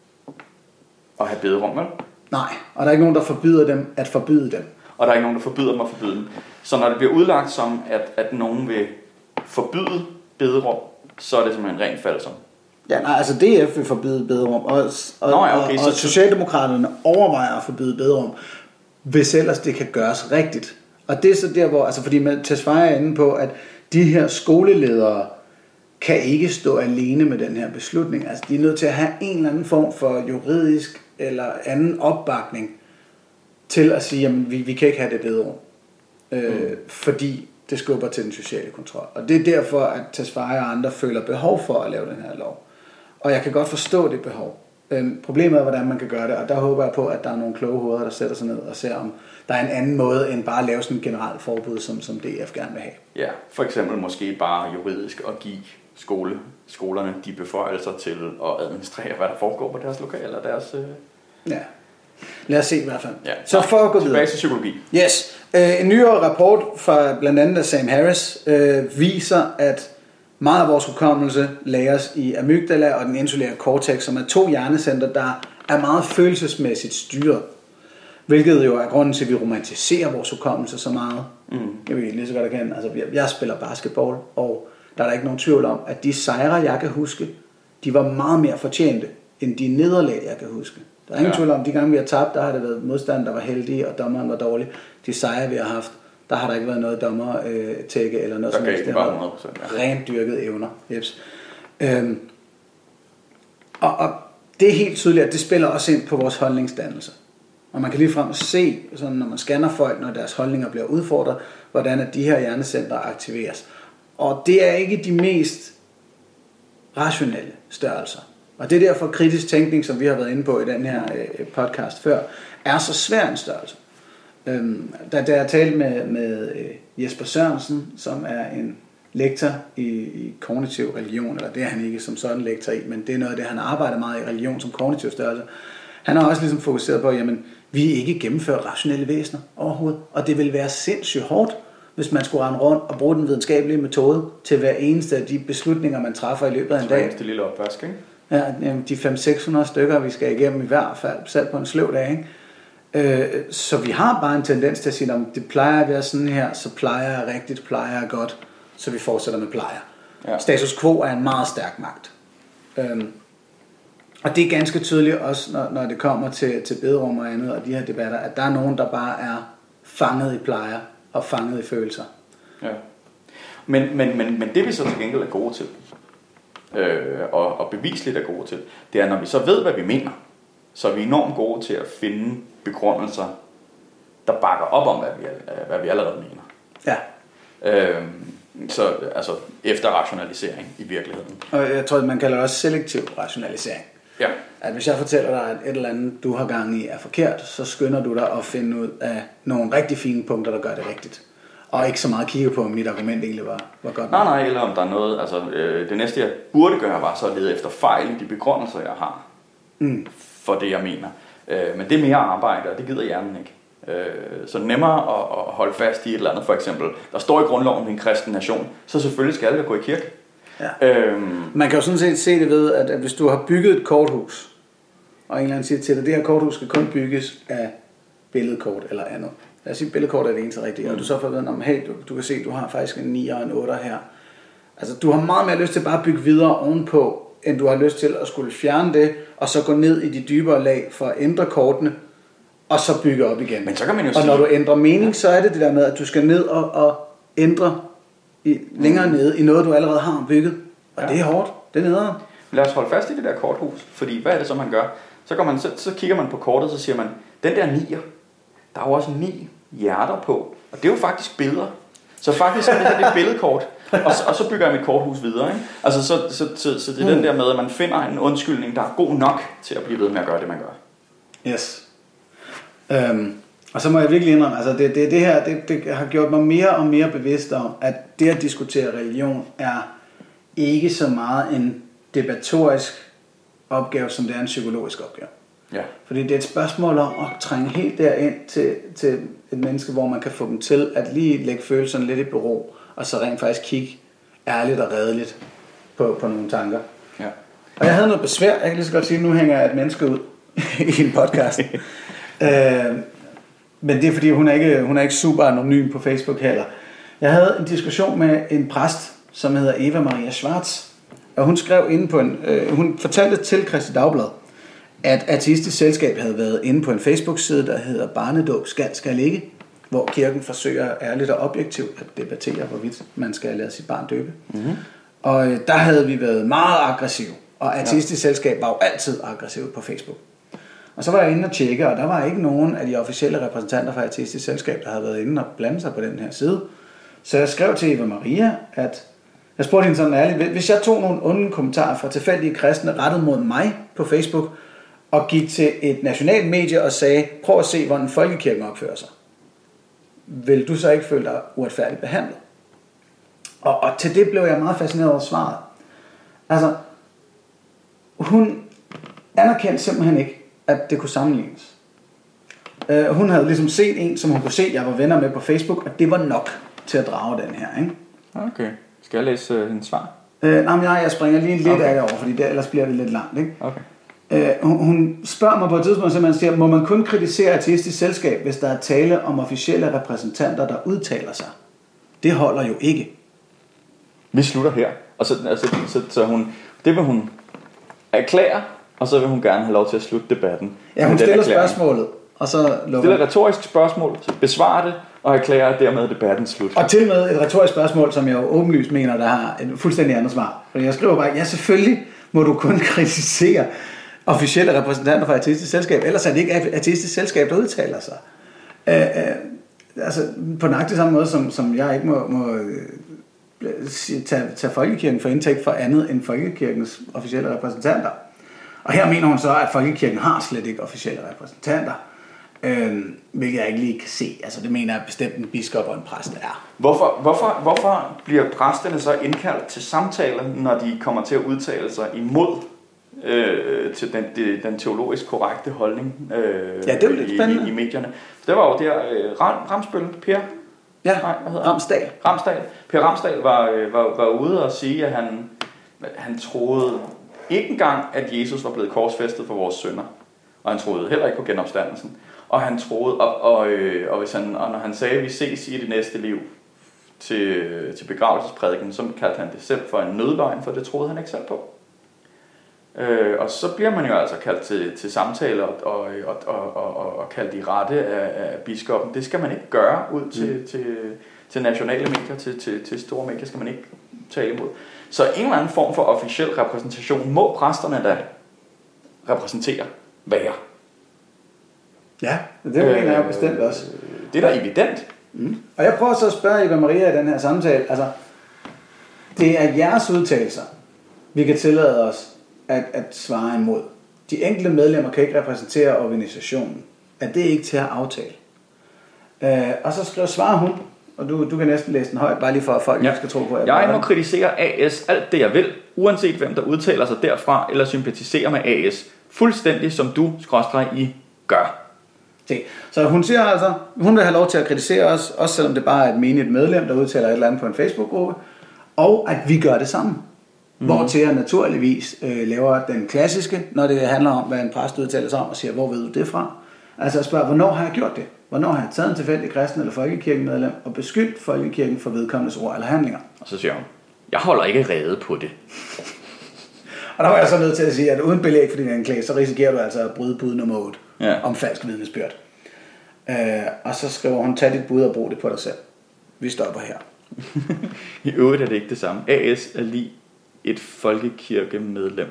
Speaker 2: at have bederum, vel?
Speaker 1: Nej, og der er ikke nogen, der forbyder dem at forbyde dem.
Speaker 2: Og der er ikke nogen, der forbyder dem at forbyde dem. Så når det bliver udlagt som, at nogen vil forbyde bederum, så er det simpelthen rent faldsom.
Speaker 1: Ja, nej, altså DF vil forbyde bederum, og Socialdemokraterne overvejer at forbyde bederum, hvis ellers det kan gøres rigtigt. Og det er så der, hvor, altså fordi Tesfaye er inde på, at de her skoleledere kan ikke stå alene med den her beslutning. Altså de er nødt til at have en eller anden form for juridisk eller anden opbakning til at sige, jamen vi kan ikke have det bederum. Fordi det skubber til den sociale kontrol. Og det er derfor, at Tesfaye og andre føler behov for at lave den her lov. Og jeg kan godt forstå det behov. Problemet er, hvordan man kan gøre det, og der håber jeg på, at der er nogle kloge hoveder, der sætter sig ned og ser, om der er en anden måde, end bare at lave sådan et generelt forbud, som DF gerne vil have.
Speaker 2: Ja, for eksempel måske bare juridisk at give skolerne de beføjelser til at administrere, hvad der foregår på deres lokale eller deres...
Speaker 1: Ja, lad os se i hvert fald. Ja. Så for at gå videre.
Speaker 2: Tilbage til psykologi.
Speaker 1: Yes. En nyere rapport fra blandt andet Sam Harris viser, at meget af vores hukommelse lagres i amygdala og den insulære cortex, som er 2 hjernecenter, der er meget følelsesmæssigt styret. Hvilket jo er grunden til, at vi romantiserer vores hukommelse så meget. Jeg vil lige så godt erkende. Altså, jeg spiller basketball, og der er der ikke nogen tvivl om, at de sejre, jeg kan huske, de var meget mere fortjente, end de nederlag, jeg kan huske. Der er ingen tvivl om, de gange vi har tabt, der har det været modstanderen, der var heldige, og dommeren var dårlig. De sejre, vi har haft, der har der ikke været noget dommertække eller noget som helst. Det har rent dyrket evner. Jeps. Og det er helt tydeligt, at det spiller også ind på vores holdningsdannelse. Og man kan ligefrem se, sådan, når man scanner folk, når deres holdninger bliver udfordret, hvordan at de her hjernecenter aktiveres. Og det er ikke de mest rationelle størrelser. Og det er derfor kritisk tænkning, som vi har været inde på i den her podcast før, er så svær en størrelse. Da jeg talte med Jesper Sørensen, som er en lektor i kognitiv religion, eller det er han ikke som sådan lektor i, men det er noget af det, han arbejder meget i religion som kognitiv størrelse. Han har også ligesom fokuseret på, jamen, vi er ikke gennemført rationelle væsener overhovedet, og det vil være sindssygt hårdt, hvis man skulle rende rundt og bruge den videnskabelige metode til hver eneste af de beslutninger, man træffer i løbet af en dag.
Speaker 2: Det lille opvask, ikke?
Speaker 1: Ja, de 500-600 stykker, vi skal igennem i hvert fald, selv på en sløv dag, ikke? Så vi har bare en tendens til at sige, om det plejer at være sådan her, så plejer jeg rigtigt, plejer jeg godt, så vi fortsætter med plejer. Ja. Status quo er en meget stærk magt. Og det er ganske tydeligt også, når det kommer til bederum og andet, og de her debatter, at der er nogen, der bare er fanget i plejer og fanget i følelser.
Speaker 2: Ja. Men det vi så til gengæld er gode til, og bevisligt er gode til, det er, når vi så ved, hvad vi mener, Så er vi enormt gode til at finde begrundelser, der bakker op om, hvad vi allerede mener.
Speaker 1: Ja.
Speaker 2: Så altså efter rationalisering i virkeligheden.
Speaker 1: Og jeg tror, man kalder det også selektiv rationalisering.
Speaker 2: Ja.
Speaker 1: At hvis jeg fortæller dig, at et eller andet, du har gang i, er forkert, så skynder du dig at finde ud af nogle rigtig fine punkter, der gør det rigtigt. Og ikke så meget kigge på, om mit argument egentlig var godt.
Speaker 2: Nej, eller om der er noget, altså det næste jeg burde gøre, var så at lede efter fejl i de begrundelser, jeg har for det, jeg mener. Men det er mere arbejde, og det gider hjernen ikke. Så nemmere at holde fast i et eller andet, for eksempel. Der står i grundloven, en kristen nation, så selvfølgelig skal alle gå i kirke.
Speaker 1: Ja. Man kan jo sådan set se det ved, at hvis du har bygget et korthus, og en eller anden siger til dig, at det her korthus skal kun bygges af billedkort eller andet. Lad os sige, at billedkort er det eneste rigtige, og du så får viden om, hey, du kan se, at du har faktisk en 9 og en 8 her. Altså, du har meget mere lyst til bare at bygge videre ovenpå, end du har lyst til at skulle fjerne det, og så gå ned i de dybere lag for at ændre kortene, og så bygge op igen.
Speaker 2: Men så kan man jo
Speaker 1: og når du ændrer mening, så er det det der med, at du skal ned og ændre længere nede i noget, du allerede har bygget. Og det er hårdt. Det er nederen.
Speaker 2: Lad os holde fast i det der korthus, fordi hvad er det så, man gør? Så kigger man på kortet, så siger man, den der 9'er, der er jo også 9 hjerter på, og det er jo faktisk billeder. Så faktisk er det her et billedkort, og så bygger jeg mit korthus videre. Ikke? Altså, så det er den der med, at man finder en undskyldning, der er god nok til at blive ved med at gøre det, man gør.
Speaker 1: Yes. Og så må jeg virkelig indrømme, altså det her, det har gjort mig mere og mere bevidst om, at det at diskutere religion er ikke så meget en debatorisk opgave, som det er en psykologisk opgave.
Speaker 2: Ja.
Speaker 1: Fordi det er et spørgsmål om at trænge helt derind til et menneske, hvor man kan få dem til at lige lægge følelserne lidt i bero, og så rent faktisk kigge ærligt og redeligt på nogle tanker.
Speaker 2: Ja.
Speaker 1: Og jeg havde noget besvær, jeg kan lige så godt sige, at nu hænger jeg et menneske ud i en podcast. Men det er fordi, hun er ikke super anonym på Facebook heller. Jeg havde en diskussion med en præst, som hedder Eva Maria Schwartz, og hun skrev inde på hun fortalte til Kristi Dagblad, at Ateistisk Selskab havde været inde på en Facebook-side, der hedder Barnedåb skal ikke, hvor kirken forsøger ærligt og objektivt at debattere, hvorvidt man skal lade sit barn døbe. Mm-hmm. Og der havde vi været meget aggressive, og Ateistisk Selskab var jo altid aggressiv på Facebook. Og så var jeg inde og tjekke, og der var ikke nogen af de officielle repræsentanter fra Ateistisk Selskab, der havde været inde og blande sig på den her side. Så jeg skrev til Eva Maria, at jeg spurgte hende sådan ærligt, hvis jeg tog nogle onde kommentarer fra tilfældige kristne rettet mod mig på Facebook, og gik til et nationalt medie og sagde, prøv at se, hvordan folkekirken opfører sig, vil du så ikke føle dig uretfærdigt behandlet? Og til det blev jeg meget fascineret over svaret. Altså, hun anerkendte simpelthen ikke, at det kunne sammenlignes. Hun havde ligesom set en, som hun kunne se, jeg var venner med på Facebook, og det var nok til at drage den her, ikke?
Speaker 2: Okay. Skal jeg læse hendes svar?
Speaker 1: Nej, men jeg springer lige lidt af det over, fordi ellers bliver det lidt langt, ikke?
Speaker 2: Okay.
Speaker 1: Hun spørger mig på et tidspunkt, simpelthen siger, må man kun kritisere Ateistisk Selskab, hvis der er tale om officielle repræsentanter, der udtaler sig? Det holder jo ikke.
Speaker 2: Vi slutter her. Og så hun, det vil hun erklære, og så vil hun gerne have lov til at slutte debatten.
Speaker 1: Ja, hun stiller spørgsmålet, og så lukker.
Speaker 2: Stiller et retorisk spørgsmål, så besvarer det, og erklærer dermed debatten slut.
Speaker 1: Og til med et retorisk spørgsmål, som jeg jo åbenlyst mener, der har et fuldstændig andet svar. Fordi jeg skriver bare, ja, selvfølgelig må du kun kritisere officielle repræsentanter fra Ateistisk Selskab, ellers er det ikke Ateistisk Selskab, der udtaler sig. Altså på nøjagtig samme måde, som jeg ikke må tage folkekirken for indtægt for andet end folkekirkens officielle repræsentanter. Og her mener hun så, at folkekirken har slet ikke officielle repræsentanter, hvilket jeg ikke lige kan se. Altså det mener jeg bestemt en biskop og en præst er.
Speaker 2: Hvorfor bliver præsterne så indkaldt til samtaler, når de kommer til at udtale sig imod til den teologisk korrekte holdning
Speaker 1: ja, det er lidt spændende.
Speaker 2: I medierne? Det var jo der Ramsbøl, Per?
Speaker 1: Ja, Ramsdal.
Speaker 2: Per Ramsdal var ude og sige, at han troede ikke engang, at Jesus var blevet korsfæstet for vores synder. Og han troede heller ikke på genopstandelsen. Og han troede, og når han sagde, at vi ses i det næste liv til begravelsesprædiken, så kaldte han det selv for en nødløgn, for det troede han ikke selv på. Og så bliver man jo altså kaldt til samtaler og kaldt i rette af biskoppen. Det skal man ikke gøre ud til nationale medier, til store medier skal man ikke tale imod. Så en eller anden form for officiel repræsentation må præsterne da repræsentere. være.
Speaker 1: Ja, det mener jeg bestemt også.
Speaker 2: Det er da evident.
Speaker 1: Og jeg prøver så at spørge Eva Maria i den her samtale, altså, det er jeres udtalelser, vi kan tillade os at svare imod. De enkelte medlemmer kan ikke repræsentere organisationen. Er det ikke til at aftale? Og så svarer hun, og du kan næsten læse den højt, bare lige for at folk ikke skal tro på, at
Speaker 2: jeg må kritisere AS alt det jeg vil, uanset hvem der udtaler sig derfra eller sympatiserer med AS. Fuldstændig som I gør.
Speaker 1: Se. Så hun siger altså, hun vil have lov til at kritisere os, også selvom det bare er et menigt medlem, der udtaler et eller andet på en Facebook-gruppe, og at vi gør det samme. Hvortil jeg naturligvis laver den klassiske, når det handler om, hvad en præst udtaler sig om, og siger, hvor ved du det fra? Altså jeg spørger, hvornår har jeg gjort det? Hvornår har jeg taget en tilfældig kristen eller folkekirkemedlem og beskyldt folkekirken for vedkommendes ord eller handlinger?
Speaker 2: Og så siger hun, jeg holder ikke rede på det.
Speaker 1: Og der var jeg så nødt til at sige, at uden belæg for din anklage, så risikerer du altså at bryde bud nummer 8 om falsk vidnesbyrd. Og så skriver hun, tag dit bud og brug det på dig selv. Vi stopper her.
Speaker 2: I øvrigt er det ikke det samme. AS er lige et folkekirkemedlem.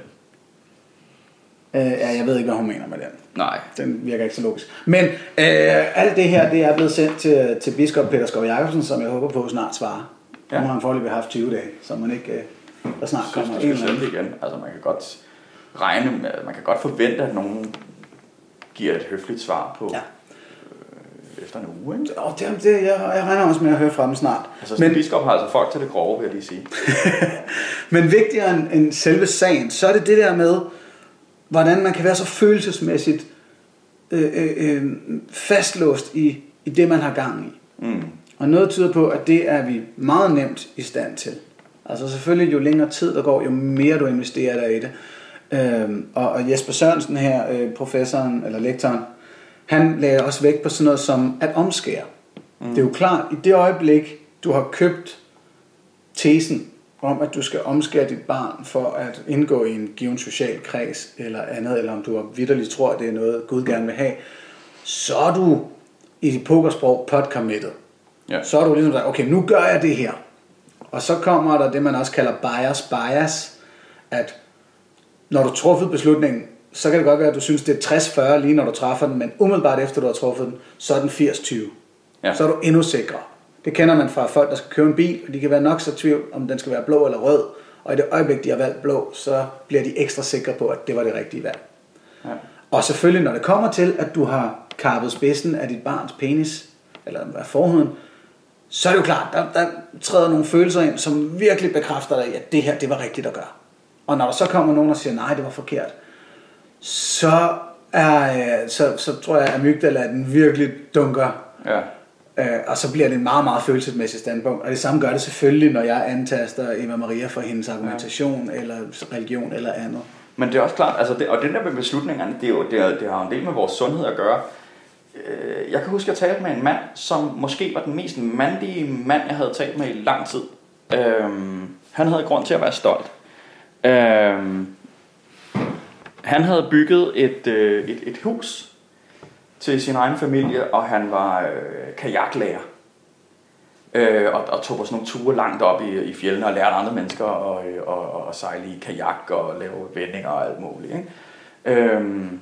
Speaker 1: Ja, jeg ved ikke, hvad hun mener med den.
Speaker 2: Nej.
Speaker 1: Den virker ikke så logisk. Men alt det her, det er blevet sendt til biskop Peter Skov Jacobsen, som jeg håber på snart svarer. Nu har han foreløbig haft 20 dage, så man ikke der snart kommer en eller anden.
Speaker 2: Igen. Altså man kan godt regne med, man kan godt forvente, at nogen giver et høfligt svar på efter en uge, ikke?
Speaker 1: Jeg regner også med at høre fra dem snart.
Speaker 2: Altså men biskop har altså folk til det grove, vil jeg lige sige.
Speaker 1: Men vigtigere end selve sagen, så er det der med, hvordan man kan være så følelsesmæssigt fastlåst i det, man har gang i. Og noget tyder på, at det er vi meget nemt i stand til. Altså selvfølgelig, jo længere tid der går, jo mere du investerer der i det. Og Jesper Sørensen her, professoren eller lektoren, han lagde også vægt på sådan noget som at omskære. Det er jo klart, i det øjeblik, du har købt tesen om, at du skal omskære dit barn for at indgå i en given social kreds eller andet, eller om du vitterligt tror, at det er noget, Gud gerne vil have, så er du i dit pokersprog pot-committed. Ja. Så er du ligesom sagt, okay, nu gør jeg det her. Og så kommer der det, man også kalder bias, at når du truffet beslutningen, så kan det godt være, at du synes, det er 60-40 lige når du træffer den, men umiddelbart efter du har truffet den, så er den 80-20. Ja. Så er du endnu sikrere. Det kender man fra folk, der skal købe en bil, og de kan være nok så tvivl, om den skal være blå eller rød. Og i det øjeblik, de har valgt blå, så bliver de ekstra sikre på, at det var det rigtige valg. Ja. Og selvfølgelig, når det kommer til, at du har kappet spidsen af dit barns penis, eller af forhuden, så er det jo klart, der træder nogle følelser ind, som virkelig bekræfter dig, at det her, det var rigtigt at gøre. Og når der så kommer nogen og siger, nej, det var forkert, så tror jeg, at amygdala den virkelig dunker. Ja. Og så bliver det en meget, meget følelsesmæssig standpunkt. Og det samme gør det selvfølgelig, når jeg antaster Eva Maria for hendes argumentation, eller religion, eller andet. Men
Speaker 2: det er også klart, altså og det der med beslutningerne, det har en del med vores sundhed at gøre. Jeg kan huske, at jeg talte med en mand, som måske var den mest mandige mand, jeg havde talt med i lang tid. Han havde grund til at være stolt. Han havde bygget et hus til sin egen familie, og han var kajaklærer. Og tog på sådan nogle ture langt op i fjellene og lærte andre mennesker at sejle i kajak og lave vendinger og alt muligt. Ikke?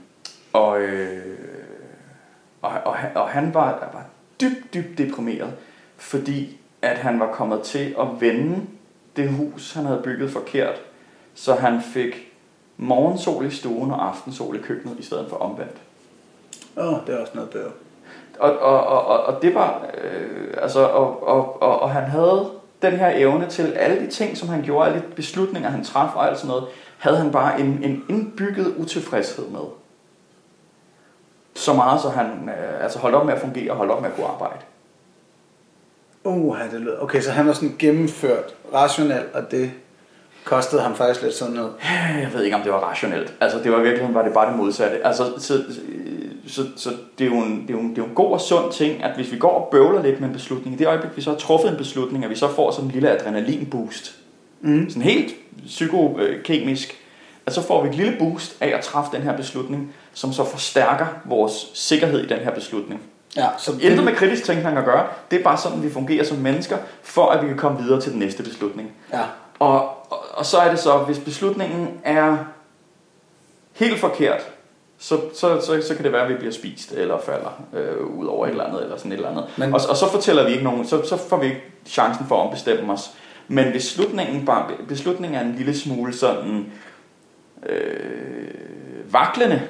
Speaker 2: Og han var dybt deprimeret, fordi at han var kommet til at vende det hus, han havde bygget forkert, så han fik morgensol i stuen og aftensol i køkkenet i stedet for omvendt.
Speaker 1: Det er også noget bedre.
Speaker 2: Og det var og han havde den her evne til alle de ting, som han gjorde, alle de beslutninger han traf og alt sådan noget, havde han bare en indbygget utilfredshed med. Så meget, så han holdt op med at fungere og holdt op med at kunne arbejde.
Speaker 1: Det lød. Okay, så han var sådan gennemført rationelt, og det kostede ham faktisk lidt sådan noget.
Speaker 2: Jeg ved ikke, om det var rationelt. Altså, det var virkelig bare det modsatte. Altså, så det er jo en god og sund ting, at hvis vi går og bøvler lidt med en beslutning, i det øjeblik, vi så har truffet en beslutning, at vi så får sådan en lille adrenalinboost. Sådan helt psykokemisk. At så får vi et lille boost af at træffe den her beslutning, som så forstærker vores sikkerhed i den her beslutning. Ja, så intet med kritisk tænkning at gøre. Det er bare sådan, vi fungerer som mennesker, for at vi kan komme videre til den næste beslutning. Ja. Og så er det så, hvis beslutningen er helt forkert, så kan det være, at vi bliver spist eller falder ud over et eller andet, eller sådan et eller andet. Og så fortæller vi ikke nogen, så får vi ikke chancen for at ombestemme os. Men hvis beslutningen er en lille smule sådan vaklende,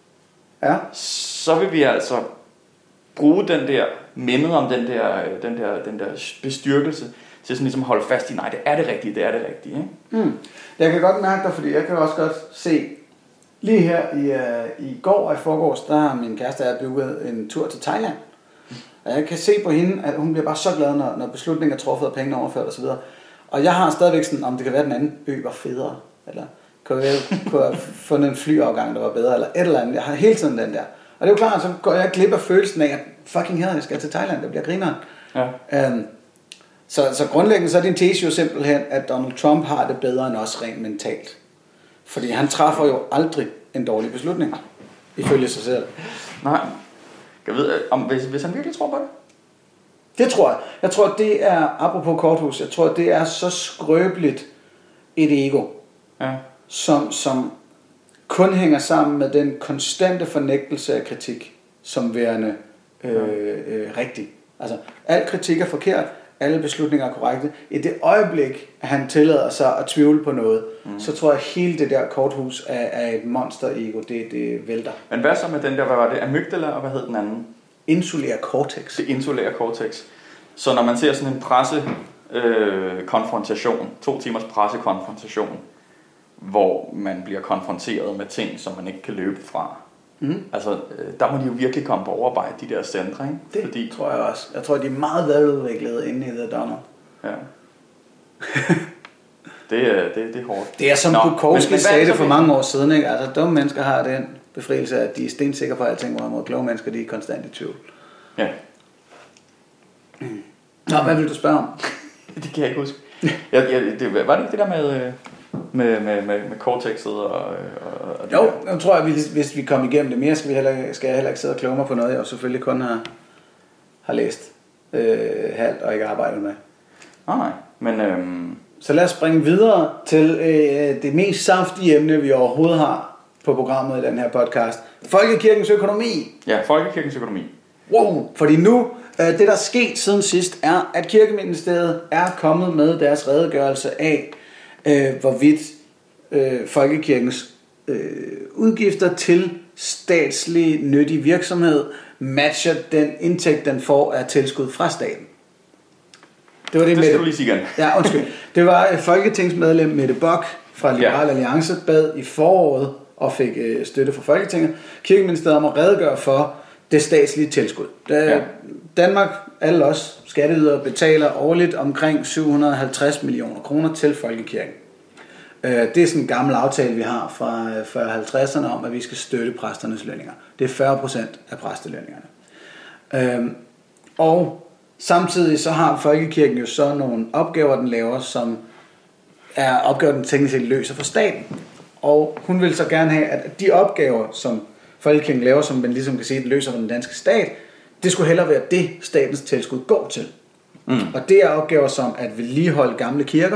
Speaker 2: så vil vi altså bruge den der mindet om den der bestyrkelse til sådan ligesom holde fast i, nej, det er det rigtige, ikke?
Speaker 1: Jeg kan godt mærke dig, fordi jeg kan også godt se, lige her i går og i forgårs, der har min kæreste booket en tur til Thailand. Og jeg kan se på hende, at hun bliver bare så glad, når beslutningen er truffet og pengene overført osv. Og jeg har stadigvæk sådan, om det kan være, at den anden ø var federe, eller kunne have fundet en flyafgang, der var bedre, eller et eller andet. Jeg har hele tiden den der. Og det er jo klart, så går jeg glip af følelsen af, at fucking her, jeg skal til Thailand, det bliver grineren. Ja. Så grundlæggende så er din tese jo simpelthen, at Donald Trump har det bedre end os rent mentalt. Fordi han træffer jo aldrig en dårlig beslutning, ifølge sig selv.
Speaker 2: Nej. Jeg ved, hvis han virkelig tror på det?
Speaker 1: Det tror jeg. Jeg tror, det er, apropos korthus, jeg tror, det er så skrøbeligt et ego, som kun hænger sammen med den konstante fornægtelse af kritik, som værende rigtig. Altså, al kritik er forkert, alle beslutninger er korrekte. I det øjeblik, at han tillader sig at tvivle på noget, så tror jeg, at hele det der korthus er et monster-ego. Det vælter. Men
Speaker 2: hvad så med den der, hvad var det? Amygdala, og hvad hed den anden?
Speaker 1: Insulære cortex.
Speaker 2: Det insulære cortex. Så når man ser sådan en pressekonfrontation, 2 timers pressekonfrontation, hvor man bliver konfronteret med ting, som man ikke kan løbe fra. Altså, der må de jo virkelig komme på overarbejde, de der centre, ikke?
Speaker 1: Det tror jeg også. Jeg tror, de er meget veludviklede inde i The Donner.
Speaker 2: Ja. det er hårdt.
Speaker 1: Det er som Bukowski sagde det for mange år siden, ikke? Altså, dumme mennesker har den befrielse, at de er stensikre på alting, hvorimod kloge mennesker, de er konstant i tvivl.
Speaker 2: Ja.
Speaker 1: Nå, hvad vil du spørge om?
Speaker 2: Det kan jeg ikke huske. Var det ikke det der med cortexet og
Speaker 1: jo, jeg tror, at hvis vi kommer igennem det mere, skal jeg heller ikke sidde og kloge mig på noget, jeg selvfølgelig kun har læst halvt og ikke arbejdet med.
Speaker 2: Nej, men...
Speaker 1: Så lad os springe videre til det mest saftige emne, vi overhovedet har på programmet i den her podcast. Folkekirkens økonomi.
Speaker 2: Ja, folkekirkens økonomi.
Speaker 1: Wow, fordi nu, det der er sket siden sidst, er, at Kirkeministeriet er kommet med deres redegørelse af, hvorvidt folkekirkens udgifter til statslig nyttig virksomhed matcher den indtægt, den får af tilskud fra staten.
Speaker 2: Det skal du lige sige igen.
Speaker 1: Ja, undskyld. Det var folketingsmedlem Mette Bock fra Liberal Alliance bad i foråret og fik støtte fra Folketinget Kirkeministeriet om at redegøre for det statslige tilskud. Danmark, alle os skatteydere, betaler årligt omkring 750 millioner kroner til folkekirken. Det er sådan en gammel aftale, vi har fra 50'erne om, at vi skal støtte præsternes lønninger. Det er 40% af præstelønningerne. Og samtidig så har folkekirken jo så nogle opgaver, den laver, som er opgaver, den teknisk set løser for staten. Og hun vil så gerne have, at de opgaver, som folkekirken laver, som man ligesom kan sige, den løser for den danske stat, det skulle hellere være det, statens tilskud går til. Og det er opgaver som at vedligeholde gamle kirker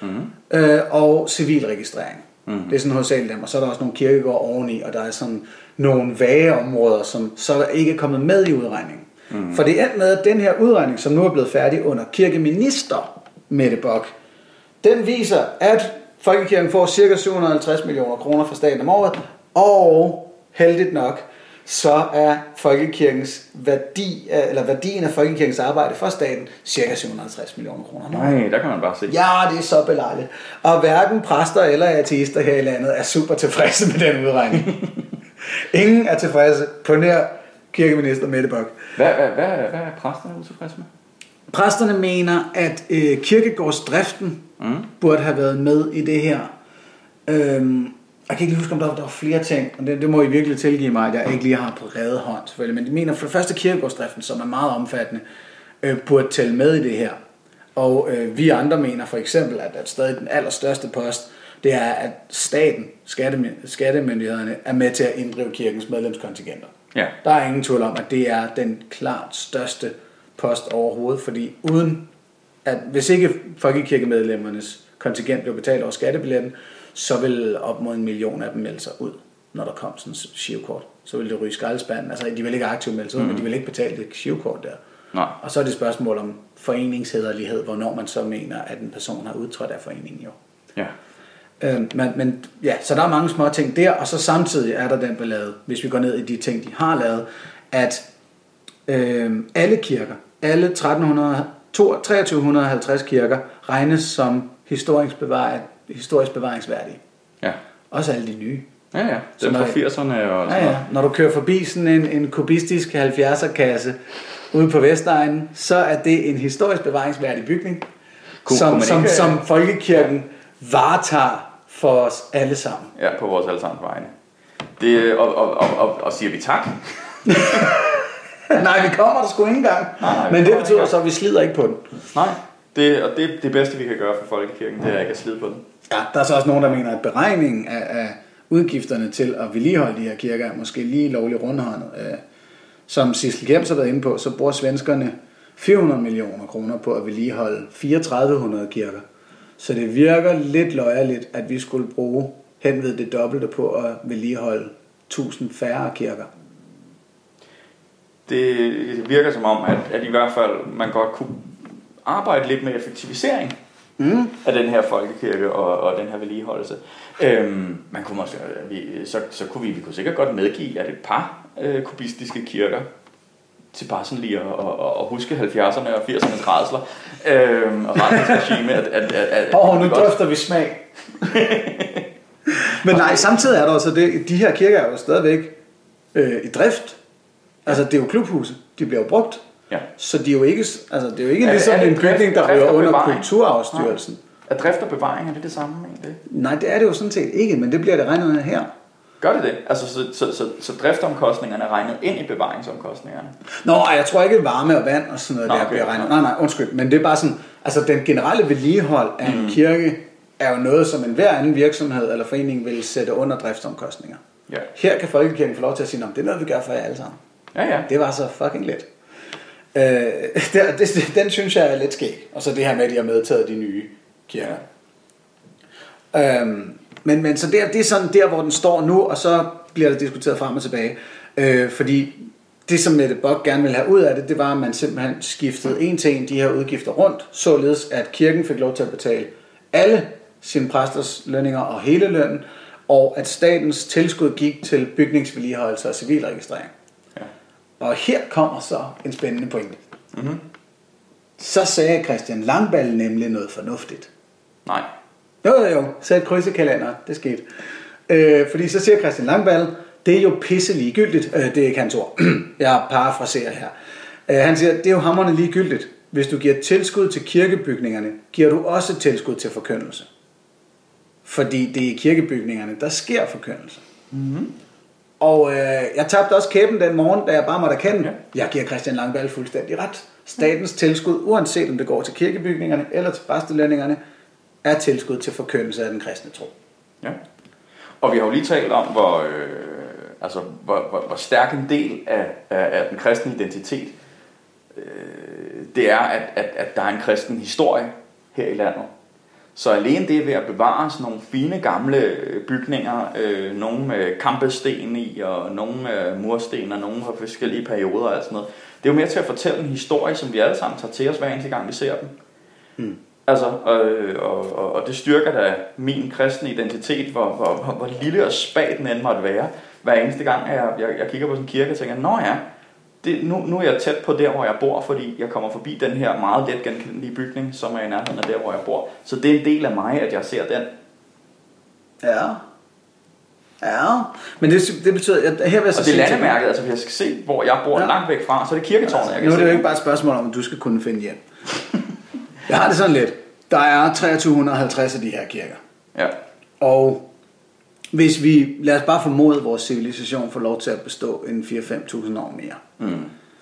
Speaker 1: og civilregistrering. Det er sådan hovedsageligt dem, og så er der også nogle kirkegårde oveni, og der er sådan nogle vage områder, som så ikke er kommet med i udregningen. For det endte med, at den her udregning, som nu er blevet færdig under kirkeminister Mette Bock, den viser, at folkekirken får ca. 750 millioner kroner fra staten om året, og heldigt nok, så er folkekirkens værdien af folkekirkens arbejde for staten ca. 750 millioner kroner.
Speaker 2: Nej, der kan man bare se.
Speaker 1: Ja, det er så belejligt. Og hverken præster eller ateister her i landet er super tilfredse med den udregning. Ingen er tilfredse på nær kirkeminister Mette Bock.
Speaker 2: Hvad er præsterne utilfredse med?
Speaker 1: Præsterne mener, at kirkegårdsdriften burde have været med i det her. Jeg kan ikke huske, om der var flere ting, og det må I virkelig tilgive mig, at jeg ikke lige har på rede hånd, selvfølgelig. Men de mener for det første kirkegårdsdriften, som er meget omfattende, burde tælle med i det her. Og vi andre mener for eksempel, at stadig den allerstørste post, det er, at staten, skattemyndighederne, er med til at inddrive kirkens medlemskontingenter.
Speaker 2: Ja.
Speaker 1: Der er ingen tvivl om, at det er den klart største post overhovedet, fordi uden at hvis ikke folkekirkemedlemmernes kontingent blev betalt over skattebilletten, så vil op mod 1 million af dem melde sig ud. når der kom sådan et girokort. Så ville det ryge skraldespanden. Altså, de ville ikke aktivt melde sig ud, men de ville ikke betale det girokort der.
Speaker 2: Nej.
Speaker 1: Og så er det et spørgsmål om foreningshæderlighed, hvornår man så mener, at en person har udtrådt af foreningen jo.
Speaker 2: Ja.
Speaker 1: Men ja, så der er mange små ting der, og så samtidig er der den ballade, hvis vi går ned i de ting, de har lavet, at alle kirker, alle 2350 kirker, regnes som historisk bevaringsværdige.
Speaker 2: Ja.
Speaker 1: Også alle de nye.
Speaker 2: Ja, ja. Dem fra 80'erne og sådan
Speaker 1: ja. Når du kører forbi sådan en kubistisk 70'er-kasse ude på Vestegnen, så er det en historisk bevaringsværdig bygning, som Folkekirken varetager for os alle sammen.
Speaker 2: Ja, på vores allesammens vegne. Og siger vi tak?
Speaker 1: Nej, vi kommer der sgu ikke engang.
Speaker 2: Nej,
Speaker 1: men det betyder så, at vi slider ikke på den.
Speaker 2: Nej, det bedste vi kan gøre for Folkekirken, det er ikke at slide på den.
Speaker 1: Ja, der er så også nogen, der mener, at beregningen af udgifterne til at vedligeholde de her kirker er måske lige lovligt rundhåndet. Som Sissel Gems har været inde på, så bruger svenskerne 400 millioner kroner på at vedligeholde 3400 kirker. Så det virker lidt løjerligt, at vi skulle bruge hen ved det dobbelte på at vedligeholde 1000 færre kirker.
Speaker 2: Det virker som om, at i hvert fald man godt kunne arbejde lidt med effektivisering af den her folkekirke og den her vedligeholdelse. Man kunne måske, så kunne vi kunne sikkert godt medgive, at et par kubistiske kirker til bare sådan lige at huske 70'erne og 80'ernes rædsler og rædselsregime.
Speaker 1: Nu drøfter vi smag. Men nej, samtidig er der også det, de her kirker er jo stadigvæk i drift. Altså det er jo klubhuse, de bliver jo brugt. Ja. Så de er jo ikke, altså det er jo ikke ligesom en bygning, der ryger under Kulturarvsstyrelsen.
Speaker 2: Er drift og bevaring, er det samme egentlig?
Speaker 1: Nej, det er det jo sådan set ikke, men det bliver det regnet med her.
Speaker 2: Gør det det? Altså så driftomkostningerne er regnet ind i bevaringsomkostningerne?
Speaker 1: Nå, jeg tror ikke varme og vand og sådan noget bliver regnet. Nej, undskyld, men det er bare sådan, altså den generelle vedligehold af en kirke er jo noget, som enhver anden virksomhed eller forening vil sætte under driftsomkostninger. Ja. Her kan Folkekirken få lov til at sige, det er noget, vi gør for jer alle sammen. Ja. Det var så fucking let. Den synes jeg er lidt skæg. Og så det her med, at de har medtaget de nye kirker. Men så det er sådan der, hvor den står nu, og så bliver der diskuteret frem og tilbage. Fordi det, som Mette Bock gerne ville have ud af det, det var, at man simpelthen skiftede en til en de her udgifter rundt, således at kirken fik lov til at betale alle sine præsters lønninger og hele lønnen, og at statens tilskud gik til bygningsvedligeholdelse og civilregistrering. Ja. Og her kommer så en spændende pointe. Mm-hmm. Så sagde Christian Langballe nemlig noget fornuftigt.
Speaker 2: Nej.
Speaker 1: Jo, sæt kryds i kalenderen, det skete. Fordi så siger Christian Langballe, det er jo pisse ligegyldigt, det er ikke hans ord, jeg parafraserer her. Han siger, det er jo hamrende ligegyldigt. Hvis du giver tilskud til kirkebygningerne, giver du også tilskud til forkyndelse. Fordi det er i kirkebygningerne, der sker forkyndelse. Mm-hmm. Og jeg tabte også kæben den morgen, da jeg bare måtte erkende, jeg giver Christian Langballe fuldstændig ret. Statens tilskud, uanset om det går til kirkebygningerne eller til præstelønningerne, er tilskud til forkyndelse af den kristne tro. Ja.
Speaker 2: Og vi har jo lige talt om, hvor stærk en del af den kristne identitet det er, at der er en kristen historie her i landet. Så alene det ved at bevare sådan nogle fine gamle bygninger, nogle med kampesten i, og nogle med mursten, og nogle fra forskellige perioder og sådan noget. Det er jo mere til at fortælle en historie, som vi alle sammen tager til os hver eneste gang, vi ser dem. Mm. Altså, og det styrker da min kristne identitet, hvor lille og spag den end måtte være. Hver eneste gang, jeg kigger på sådan en kirke og tænker, nå ja, nu er jeg tæt på der, hvor jeg bor, fordi jeg kommer forbi den her meget let genkendelige bygning, som er i nærheden af der, hvor jeg bor. Så det er en del af mig, at jeg ser den.
Speaker 1: Ja, men det betyder, at her vil jeg så
Speaker 2: og det er landemærket, altså hvis jeg skal se, hvor jeg bor langt væk fra, så er det kirketårnet, jeg kan se.
Speaker 1: Nu er det jo ikke bare et spørgsmål om, at du skal kunne finde hjem. Jeg har det sådan lidt. Der er 2350 af de her kirker. Ja. Og hvis vi, lad os bare formode, at vores civilisation får lov til at bestå en 4-5.000 år mere,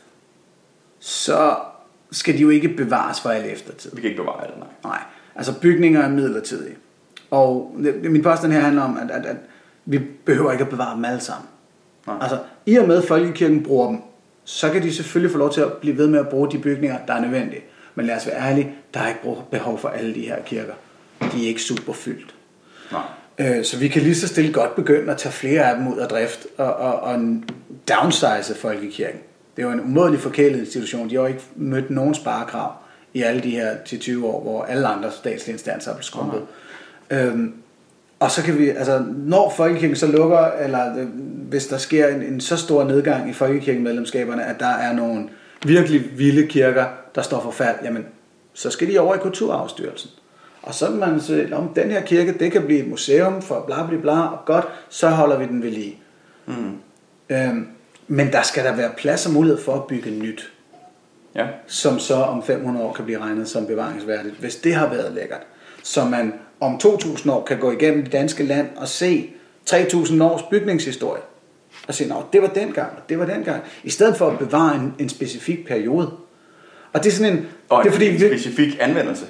Speaker 1: så skal de jo ikke bevares for al eftertid.
Speaker 2: Vi kan ikke bevare det,
Speaker 1: nej. Altså bygninger er midlertidige. Og min påstand her handler om, at vi behøver ikke at bevare dem alle sammen. Nej. Altså i og med at Folkekirken bruger dem, så kan de selvfølgelig få lov til at blive ved med at bruge de bygninger, der er nødvendige. Men lad os være ærlige, der er ikke behov for alle de her kirker. De er ikke super fyldt. Nej. Så vi kan lige så stille godt begynde at tage flere af dem ud af drift og downsize folkekirken. Det er jo en umådelig forkælet institution. De har jo ikke mødt nogen sparekrav i alle de her 10-20 år, hvor alle andre statslige instanser er blevet skrumpet. Og så kan vi, altså når folkekirken så lukker, eller hvis der sker en så stor nedgang i folkekirkemedlemskaberne, at der er nogle virkelig vilde kirker, der står for fald, jamen så skal de over i Kulturarvsstyrelsen. Og så kan man sige, om den her kirke, det kan blive et museum for bla bla bla, og godt, så holder vi den ved lige. Men der skal der være plads og mulighed for at bygge nyt.
Speaker 2: Ja. Som
Speaker 1: så om 500 år kan blive regnet som bevaringsværdigt, hvis det har været lækkert. Så man om 2000 år kan gå igennem det danske land og se 3000 års bygningshistorie. Og sige, det var dengang, og det var dengang. I stedet for at bevare en specifik periode. Og det er sådan en...
Speaker 2: Og
Speaker 1: det er fordi,
Speaker 2: en specifik anvendelse.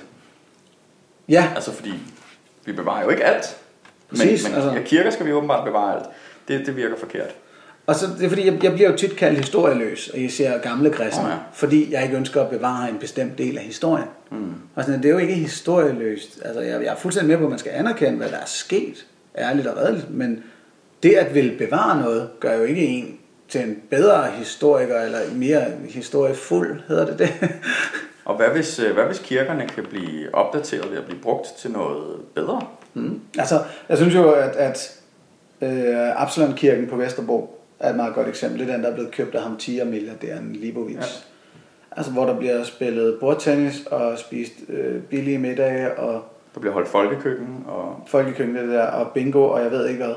Speaker 1: Ja.
Speaker 2: Altså fordi, vi bevarer jo ikke alt.
Speaker 1: Præcis,
Speaker 2: men altså, kirker skal vi åbenbart bevare alt. Det virker forkert.
Speaker 1: Og så det er fordi, jeg bliver jo tit kaldt historieløs, og jeg ser gamle kristne, fordi jeg ikke ønsker at bevare en bestemt del af historien. Og sådan, det er jo ikke historieløst. Altså, jeg er fuldstændig med på, at man skal anerkende, hvad der er sket, ærligt og redeligt, men det at ville bevare noget, gør jo ikke en til en bedre historiker, eller mere historiefuld, hedder det.
Speaker 2: Og hvad hvis kirkerne kan blive opdateret ved at blive brugt til noget bedre?
Speaker 1: Altså, jeg synes jo, at Absalon-kirken på Vesterbro er et meget godt eksempel. Det er den, der er blevet købt af ham 10-milliardæren Libovic. Ja. Altså, hvor der bliver spillet bordtennis og spist billige middage. Og
Speaker 2: der bliver holdt folkekøkken.
Speaker 1: Folkekøkken, det der, og bingo, og jeg ved ikke hvad.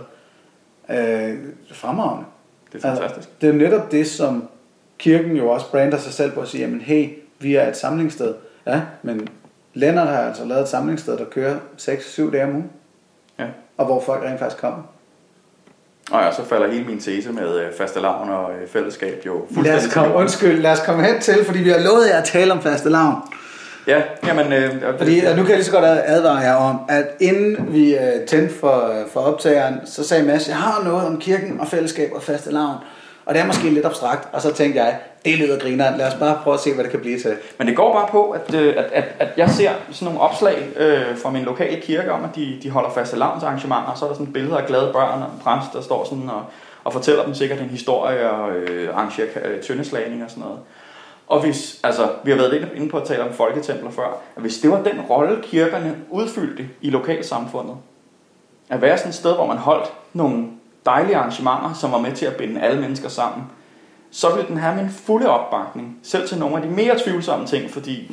Speaker 1: Fremragende.
Speaker 2: Det er fantastisk.
Speaker 1: Altså, det er netop det, som kirken jo også brander sig selv på at sige, jamen hey, vi er et samlingssted. Ja, men Lennart har altså lavet et samlingssted, der kører 6-7 dage om ugen.
Speaker 2: Ja.
Speaker 1: Og hvor folk rent faktisk kommer.
Speaker 2: Og ja, så falder hele min tese med fastelavn og fællesskab jo
Speaker 1: fuldstændig. Lad os komme hen til, fordi vi har lovet jer at tale om fastelavn.
Speaker 2: Ja, jamen...
Speaker 1: fordi nu kan jeg lige så godt advare jer om, at inden vi tændte for optageren, så sagde Mads, jeg har noget om kirken og fællesskab og fastelavn. Og det er måske lidt abstrakt, og så tænkte jeg, det lyder grineren, lad os bare prøve at se, hvad det kan blive til.
Speaker 2: Men det går bare på, at jeg ser sådan nogle opslag fra min lokale kirke om, at de holder fastelavnsarrangementer, og så er der sådan et billede af glade børn og en præst, der står sådan og fortæller dem sikkert en historie og arrangerer tøndeslagning og sådan noget. Og hvis, altså, vi har været lidt inde på at tale om folketempler før, at hvis det var den rolle, kirkerne udfyldte i lokalsamfundet, at være sådan et sted, hvor man holdt nogle dejlige arrangementer, som var med til at binde alle mennesker sammen, så ville den have min fulde opbakning, selv til nogle af de mere tvivlsomme ting, fordi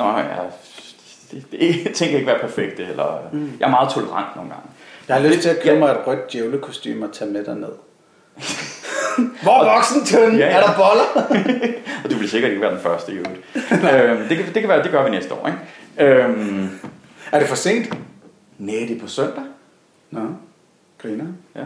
Speaker 2: ting kan ikke være perfekte, eller jeg er meget tolerant nogle gange.
Speaker 1: Jeg har lyst til at købe mig et rødt djævlekostyme og tage med derned. Hvor voksentønden? Er der boller?
Speaker 2: Og du vil sikkert ikke være den første i øvrigt. Det kan være, det gør vi næste år, ikke?
Speaker 1: Er det for sent?
Speaker 2: Nej, det er på søndag.
Speaker 1: Nå, griner.
Speaker 2: Ja.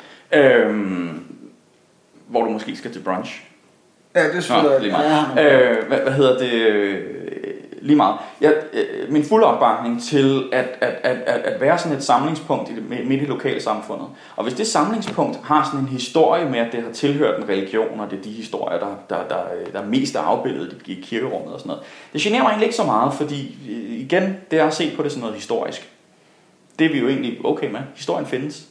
Speaker 2: Hvor du måske skal til brunch.
Speaker 1: Ja, det er selvfølgelig
Speaker 2: lige meget. Hvad hedder det? Lige meget. Min fulde opbakning til at være sådan et samlingspunkt midt i lokalsamfundet. Og hvis det samlingspunkt har sådan en historie med, at det har tilhørt en religion, og det er de historier, der mest er afbildet i kirkerummet og sådan noget. Det generer mig egentlig ikke så meget, fordi igen, det er at se på det som noget historisk. Det er vi jo egentlig okay med. Historien findes.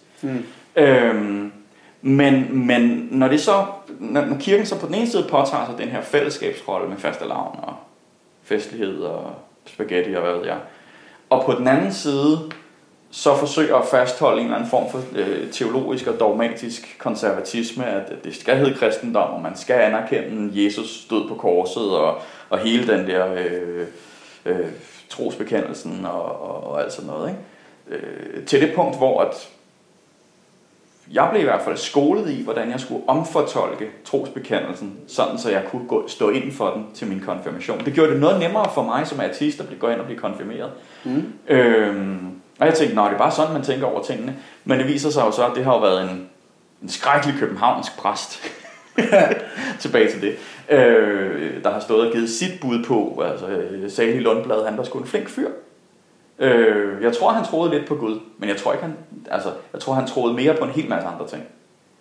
Speaker 2: Men når det så, når kirken så på den ene side påtager sig den her fællesskabsrolle med fastelavn og festlighed og spaghetti og hvad ved jeg, og på den anden side så forsøger at fastholde en eller anden form for teologisk og dogmatisk konservatisme, at det skal hedde kristendom, og man skal anerkende Jesus død på korset og hele den der trosbekendelsen og alt sådan noget, ikke? Til det punkt, hvor at jeg blev i hvert fald skolet i, hvordan jeg skulle omfortolke trosbekendelsen, sådan så jeg kunne stå inden for den til min konfirmation. Det gjorde det noget nemmere for mig som ateist at gå ind og blive konfirmeret. Og jeg tænkte, det er bare sådan, man tænker over tingene. Men det viser sig jo så, at det har jo været en skrækkelig københavnsk præst. Tilbage til det. Der har stået og givet sit bud på, altså Sali Lundblad, han var sgu en flink fyr. Jeg tror han troede lidt på Gud, men jeg tror han troede mere på en hel masse andre ting.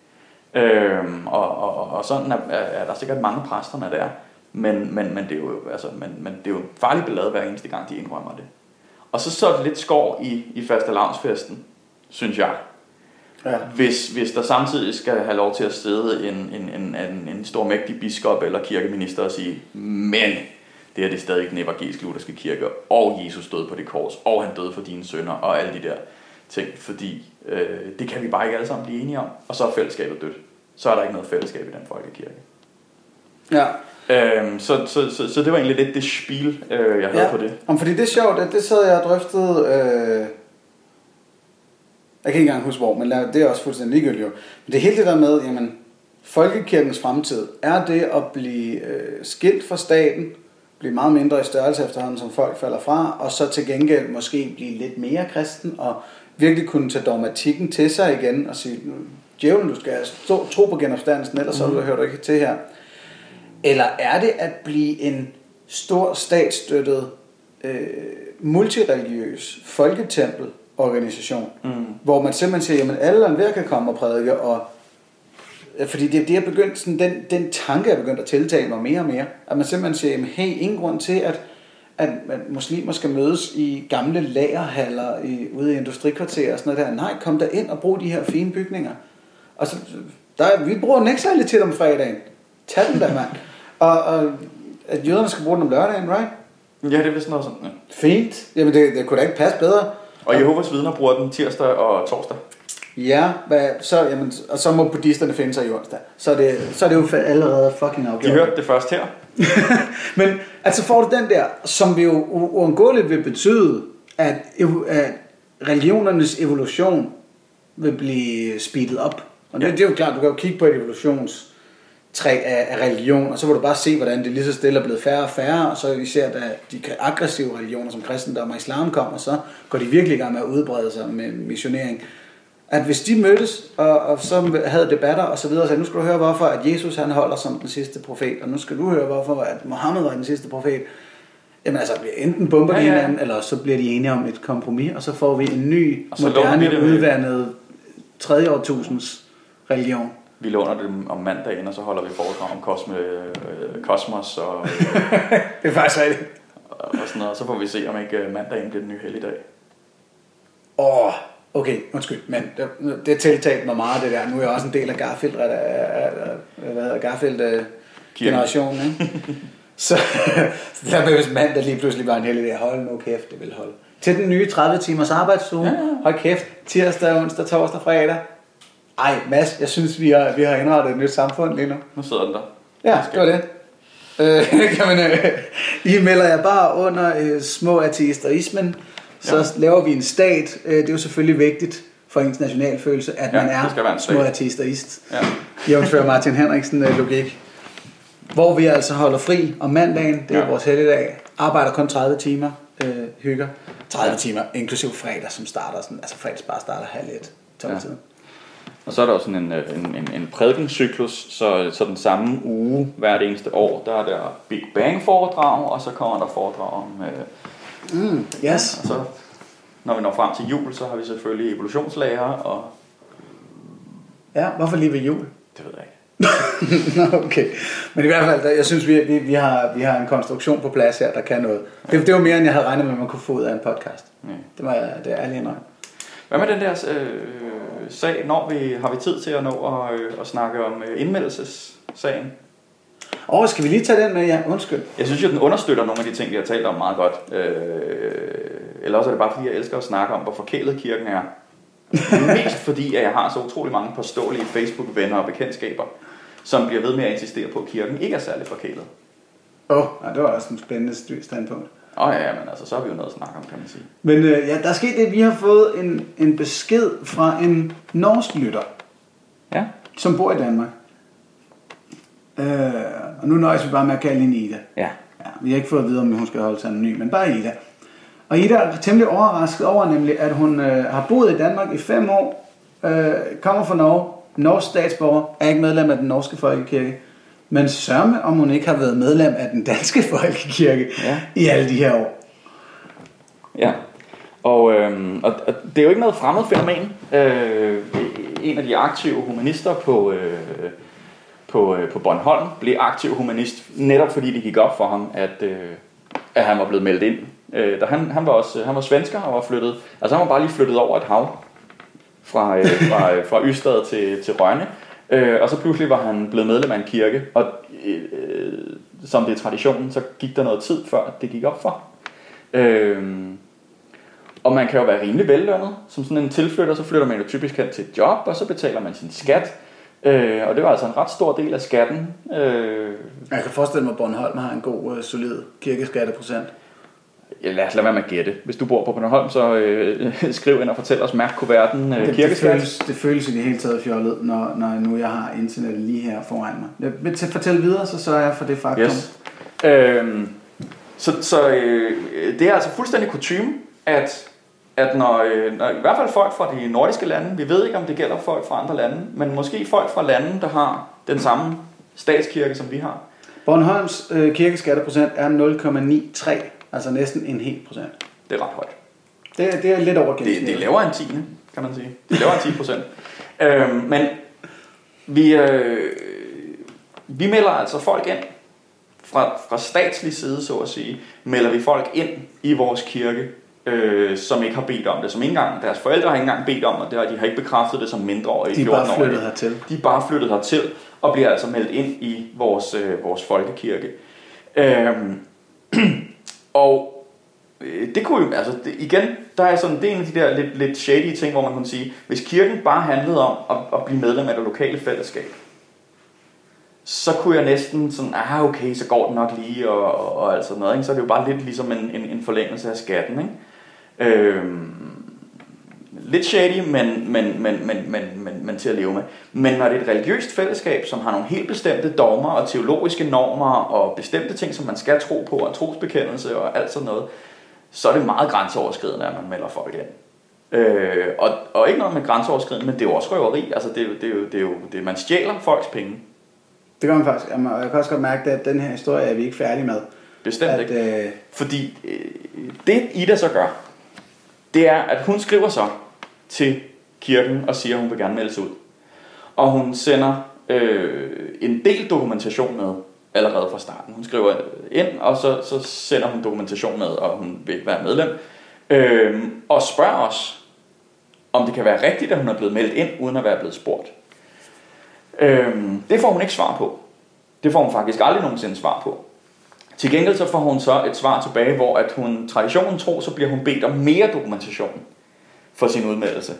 Speaker 2: Og sådan er der sikkert mange præsterne der, men det er jo men det er jo farligt beladet hver eneste gang de indrømmer det. Og så det lidt skår i fastelavnsfesten, synes jeg. Ja. Hvis der samtidig skal have lov til at sidde en stor mægtig biskop eller kirkeminister og sige, men det er stadig den evangeliske lutherske kirke, og Jesus døde på det kors, og han døde for dine synder, og alle de der ting, fordi det kan vi bare ikke alle sammen blive enige om, og så er fællesskabet dødt. Så er der ikke noget fællesskab i den folkekirke.
Speaker 1: Ja.
Speaker 2: Så det var egentlig lidt det spiel, jeg havde på det.
Speaker 1: Fordi det er sjovt, at det sad jeg og drøftede, jeg kan ikke engang huske hvor, men det er også fuldstændig ligegyldigt jo. Men det er helt det der med, jamen, folkekirkens fremtid, er det at blive skilt fra staten, blive meget mindre i størrelse efterhånden, som folk falder fra, og så til gengæld måske blive lidt mere kristen, og virkelig kunne tage dogmatikken til sig igen, og sige, djævlen, du skal tro på genopstandelsen, ellers så hører du ikke til her. Eller er det at blive en stor statsstøttet, multireligiøs folketempelorganisation, hvor man simpelthen siger, jamen alle og enhver kan komme og prædike, og fordi det er begyndt sådan, den tanke er begyndt at tiltale mig mere og mere, at man simpelthen siger, jamen hey, ingen grund til at muslimer skal mødes i gamle lagerhaller ude i industrikvarterer og sådan noget der. Nej, kom der ind og brug de her fine bygninger. Og så, vi bruger den ikke særlig tit om fredagen. Tag den der, mand. Og at jøderne skal bruge den om lørdagen, right?
Speaker 2: Ja, det er vist noget sådan. Ja.
Speaker 1: Fint. Jamen det kunne da ikke passe bedre.
Speaker 2: Og Jehovas vidner bruger den tirsdag og torsdag.
Speaker 1: Ja, og så må buddhisterne finde sig i onsdag. Så er det jo allerede fucking afgjort.
Speaker 2: De hørte det først her.
Speaker 1: Men altså får du den der, som vi jo uundgåeligt vil betyde, at religionernes evolution vil blive speedet op. Og det er jo klart, du kan jo kigge på et evolutionstræ af religion, og så vil du bare se, hvordan det lige så stille er blevet færre og færre, og så især da de aggressive religioner som kristendom og islam kommer, så går de virkelig i gang med at udbrede sig med missionering. At hvis de mødtes, og så havde debatter og så videre, så nu skal du høre, hvorfor at Jesus han holder som den sidste profet, og nu skal du høre, hvorfor at Mohammed var den sidste profet. Jamen altså, enten bomber de hinanden, eller så bliver de enige om et kompromis, og så får vi en ny, moderne, udvandet 3. årtusinds religion.
Speaker 2: Vi låner dem om mandagen, og så holder vi foredrag om kosmos og...
Speaker 1: det er faktisk rigtigt.
Speaker 2: Og sådan noget, så får vi se, om ikke mandagen bliver den nye helligdag.
Speaker 1: Okay, undskyld, men det tiltalte mig meget det der. Nu er jeg også en del af Garfield-generationen, ikke? Så der med, hvis mandag lige pludselig var en heldig dag, hold nu kæft, det vil holde. Til den nye 30 timers arbejdsuge, hold kæft, tirsdag, onsdag, torsdag, fredag. Ej, Mads, jeg synes, vi har indrettet et nyt samfund lige nu.
Speaker 2: Nu sidder den der.
Speaker 1: Ja, det var det. I melder jer bare under små ateisterismen. Så laver vi en stat. Det er jo selvfølgelig vigtigt for ens nationalfølelse, at man er små ateisterist. Ja. Jævnfør Martin Henriksen logik. Hvor vi altså holder fri om mandagen. Det er vores helligdag. Arbejder kun 30 timer. Hygger. 30 timer, inklusiv fredag, som starter sådan. Altså fredags bare starter 12:30.
Speaker 2: Og så er der også sådan en prædikencyklus, så den samme uge hvert eneste år, der er der Big Bang foredrag, og så kommer der foredrag om...
Speaker 1: Yes.
Speaker 2: Og så, når vi når frem til jul, så har vi selvfølgelig evolutionslærer og...
Speaker 1: Ja, hvorfor lige ved jul?
Speaker 2: Det ved jeg ikke.
Speaker 1: Okay. Men i hvert fald, jeg synes, vi har en konstruktion på plads her, der kan noget. Det var mere, end jeg havde regnet med, at man kunne få ud af en podcast. Det er ærlig indrømme.
Speaker 2: Hvad med den der sag, har vi tid til at nå at snakke om indmeldelsessagen?
Speaker 1: Skal vi lige tage den med? Ja, undskyld.
Speaker 2: Jeg synes jo, den understøtter nogle af de ting, vi har talt om meget godt. Eller også er det bare, fordi jeg elsker at snakke om, hvor forkælet kirken er. Mest fordi, at jeg har så utrolig mange påståelige Facebook-venner og bekendtskaber, som bliver ved med at insistere på, at kirken ikke er særlig forkælet.
Speaker 1: Det var også en spændende standpunkt.
Speaker 2: Men altså, så har vi jo noget at snakke om, kan man sige.
Speaker 1: Men der er sket det, vi har fået en besked fra en norsk lytter, som bor i Danmark. Og nu nøjes vi bare med at kalde hende Ida.
Speaker 2: Ja.
Speaker 1: Vi har ikke fået at vide, om hun skal holde sig anonym, men bare Ida. Og Ida er temmelig overrasket over nemlig, at hun har boet i Danmark i 5 år, kommer fra Norge, norsk statsborger, er ikke medlem af den norske folkekirke, men sørme om hun ikke har været medlem af den danske folkekirke i alle de her år.
Speaker 2: Ja, og det er jo ikke noget fremmed fænomen. En af de aktive humanister på Bornholm blev aktiv humanist, netop fordi det gik op for ham, at han var blevet meldt ind. Han var svensker og var flyttet, altså han var bare lige flyttet over et hav fra Ystad til Rønne. Og så pludselig var han blevet medlem af en kirke, og som det er traditionen, så gik der noget tid før det gik op for. Og man kan jo være rimelig vellønnet som sådan en tilflytter, så flytter man jo typisk hen til et job, og så betaler man sin skat. Og det var altså en ret stor del af skatten.
Speaker 1: Jeg kan forestille mig, at Bornholm har en god, solid kirkeskatteprocent.
Speaker 2: Ja, lad os lade være med at gætte. Hvis du bor på Bornholm, så skriv ind og fortæl os mærkkuverten kirkeskat.
Speaker 1: Det føles i det hele taget fjollet, når nu jeg har internettet lige her foran mig. Men til at fortælle videre, så sørger jeg for det faktum.
Speaker 2: Yes. Det er altså fuldstændig kutyme, at når i hvert fald folk fra de nordiske lande, vi ved ikke om det gælder folk fra andre lande, men måske folk fra lande, der har den samme statskirke, som vi har.
Speaker 1: Bornholms kirkeskatteprocent er 0,93, altså næsten en hel procent.
Speaker 2: Det er ret højt.
Speaker 1: Det er lidt over gennemsnittet.
Speaker 2: Det er lavere end 10, kan man sige. Det er lavere end 10%. Men vi melder altså folk ind fra statslig side, så at sige, melder vi folk ind i vores kirke, som ikke har bedt om det, som ikke engang deres forældre har ikke engang bedt om, og de har ikke bekræftet det som mindreårige.
Speaker 1: De er bare flyttet hertil.
Speaker 2: De er bare flyttet hertil og bliver altså meldt ind i vores folkekirke. Og det kunne jo, altså igen, der er sådan, det er en af de der lidt shady ting, hvor man kan sige, hvis kirken bare handlede om at blive medlem af det lokale fællesskab, så kunne jeg næsten sådan, okay, så går det nok lige, og alt sådan noget, ikke? Så er det jo bare lidt ligesom en forlængelse af skatten, ikke? Lidt shady, men til at leve med. Men når det er et religiøst fællesskab, som har nogle helt bestemte dogmer og teologiske normer og bestemte ting, som man skal tro på, og trosbekendelse og alt sådan noget, så er det meget grænseoverskridende, at man melder folk ind. Og ikke noget med grænseoverskridende, men det er jo også røveri. Altså det er jo man stjæler folks penge.
Speaker 1: Det gør man faktisk. Jeg kan også godt mærke, at den her historie er vi ikke færdige med.
Speaker 2: Bestemt ikke. Fordi det Ida så gør, det er, at hun skriver så til kirken og siger, at hun vil gerne melde sig ud. Og hun sender en del dokumentation med allerede fra starten. Hun skriver ind, og så sender hun dokumentation med, og hun vil være medlem. Og spørger os, om det kan være rigtigt, at hun er blevet meldt ind, uden at være blevet spurgt. Det får hun ikke svar på. Det får hun faktisk aldrig nogensinde svar på. Til gengæld så får hun så et svar tilbage, hvor at hun traditionen tro, så bliver hun bedt om mere dokumentation for sin udmeldelse.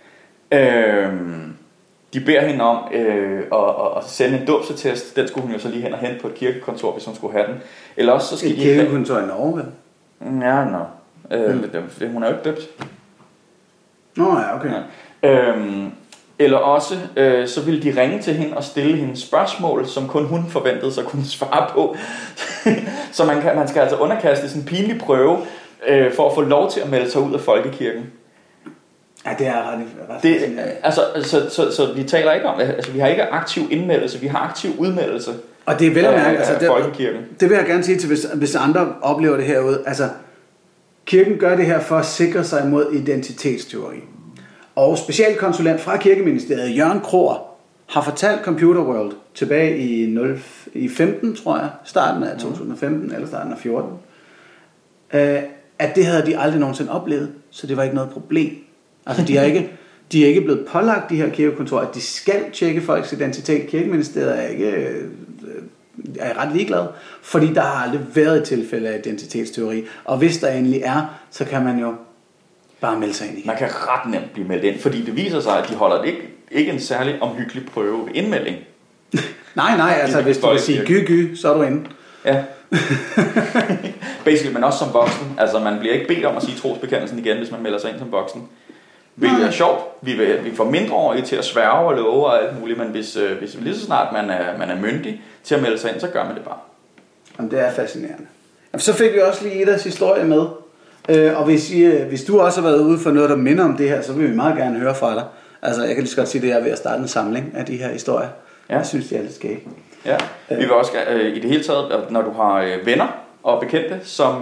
Speaker 2: De beder hende om at sende en dåbsattest. Den skulle hun jo så lige hen og hente på et kirkekontor, hvis hun skulle have den. Eller også så skal
Speaker 1: et kirkekontor i Norge, vel?
Speaker 2: Ja, hun er jo ikke døbt.
Speaker 1: Nå ja, okay.
Speaker 2: Ja. Eller også, så ville de ringe til hende og stille hende spørgsmål, som kun hun forventede sig kunne svare på. Så man skal altså underkaste sådan en pinlig prøve, for at få lov til at melde sig ud af folkekirken.
Speaker 1: Ja, det er ret
Speaker 2: så vi taler ikke om, altså vi har ikke aktiv indmeldelse, vi har aktiv udmeldelse.
Speaker 1: Og det er vel at mærke,
Speaker 2: altså folkekirken.
Speaker 1: Det vil jeg gerne sige til, hvis andre oplever det herude. Altså, kirken gør det her for at sikre sig imod identitetsteori. Og specialkonsulent fra Kirkeministeriet, Jørgen Kroer, har fortalt Computer World tilbage i 15, tror jeg, starten af 2015 eller starten af 14, at det havde de aldrig nogensinde oplevet, så det var ikke noget problem. Altså de er ikke blevet pålagt, de her kirkekontorer, at de skal tjekke folks identitet. Kirkeministeriet er ret ligeglad, fordi der har aldrig været et tilfælde af identitetsteori. Og hvis der endelig er, så kan man jo bare melde sig ind i.
Speaker 2: Man kan ret nemt blive meldt ind, fordi det viser sig, at de holder ikke en særlig omhyggelig prøve ved indmelding.
Speaker 1: nej, altså hvis du vil sige gy, så er du inde. Ja.
Speaker 2: Basically, men også som voksen. Altså man bliver ikke bedt om at sige trosbekendelsen igen, hvis man melder sig ind som voksen. Hvilket er sjovt. Vi får mindreårige til at sværge og love og alt muligt, men hvis lige så snart man er myndig til at melde sig ind, så gør man det bare.
Speaker 1: Jamen, det er fascinerende. Jamen, så fik vi også lige Idas historie med. Og hvis du også har været ude for noget, der minder om det her, så vil vi meget gerne høre fra dig. Altså, jeg kan lige så godt sige, at jeg er ved at starte en samling af de her historier. Ja. Jeg synes, det er lidt skægt.
Speaker 2: Ja, vi vil også i det hele taget, når du har venner og bekendte,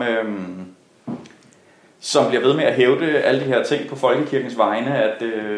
Speaker 2: som bliver ved med at hævde alle de her ting på folkekirkens vegne, at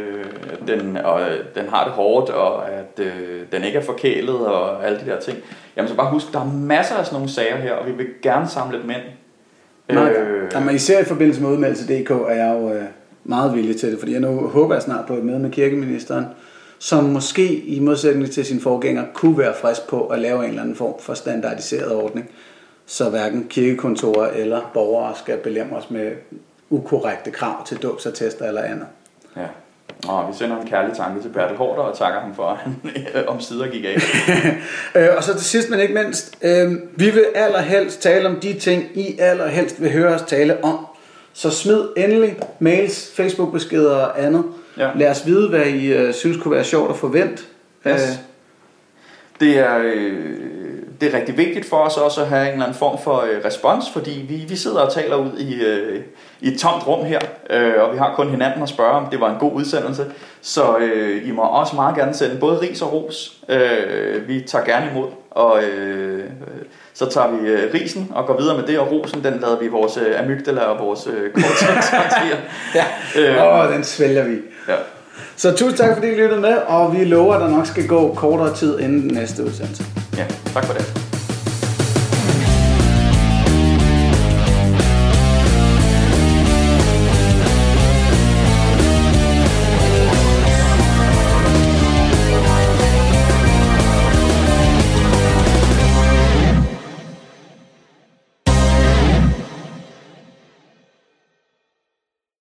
Speaker 2: den har det hårdt, og at den ikke er forkælet, og alle de der ting. Jamen så bare husk, der er masser af sådan nogle sager her, og vi vil gerne samle dem ind.
Speaker 1: Jamen, især i forbindelse med udmeldelse.dk er jeg jo meget villig til det, fordi jeg nu håber jeg snart på et møde med kirkeministeren, som måske i modsætning til sin forgænger kunne være frisk på at lave en eller anden form for standardiseret ordning, så hverken kirkekontorer eller borgere skal belemres med ukorrekte krav til dåbsattester eller andet.
Speaker 2: Ja. Og vi sender en kærlig tanke til Bertel Haarder og takker ham for, at han omsider gik af.
Speaker 1: Og så til sidst, men ikke mindst, vi vil allerhelst tale om de ting, I allerhelst vil høre os tale om. Så smid endelig mails, Facebook-beskeder og andet. Ja. Lad os vide, hvad I synes kunne være sjovt at forvente.
Speaker 2: Yes. Det er rigtig vigtigt for os også at have en eller anden form for respons, fordi vi sidder og taler ud i et tomt rum her, og vi har kun hinanden at spørge, om det var en god udsendelse. Så I må også meget gerne sende både ris og ros. Vi tager gerne imod, og så tager vi risen og går videre med det, og rosen, den lader vi vores amygdala og vores cortex håndtere.
Speaker 1: Ja, den svælger vi.
Speaker 2: Ja.
Speaker 1: Så tusind tak, fordi I lyttede med, og vi lover, at der nok skal gå kortere tid inden den næste udsendelse.
Speaker 2: Ja, tak for det.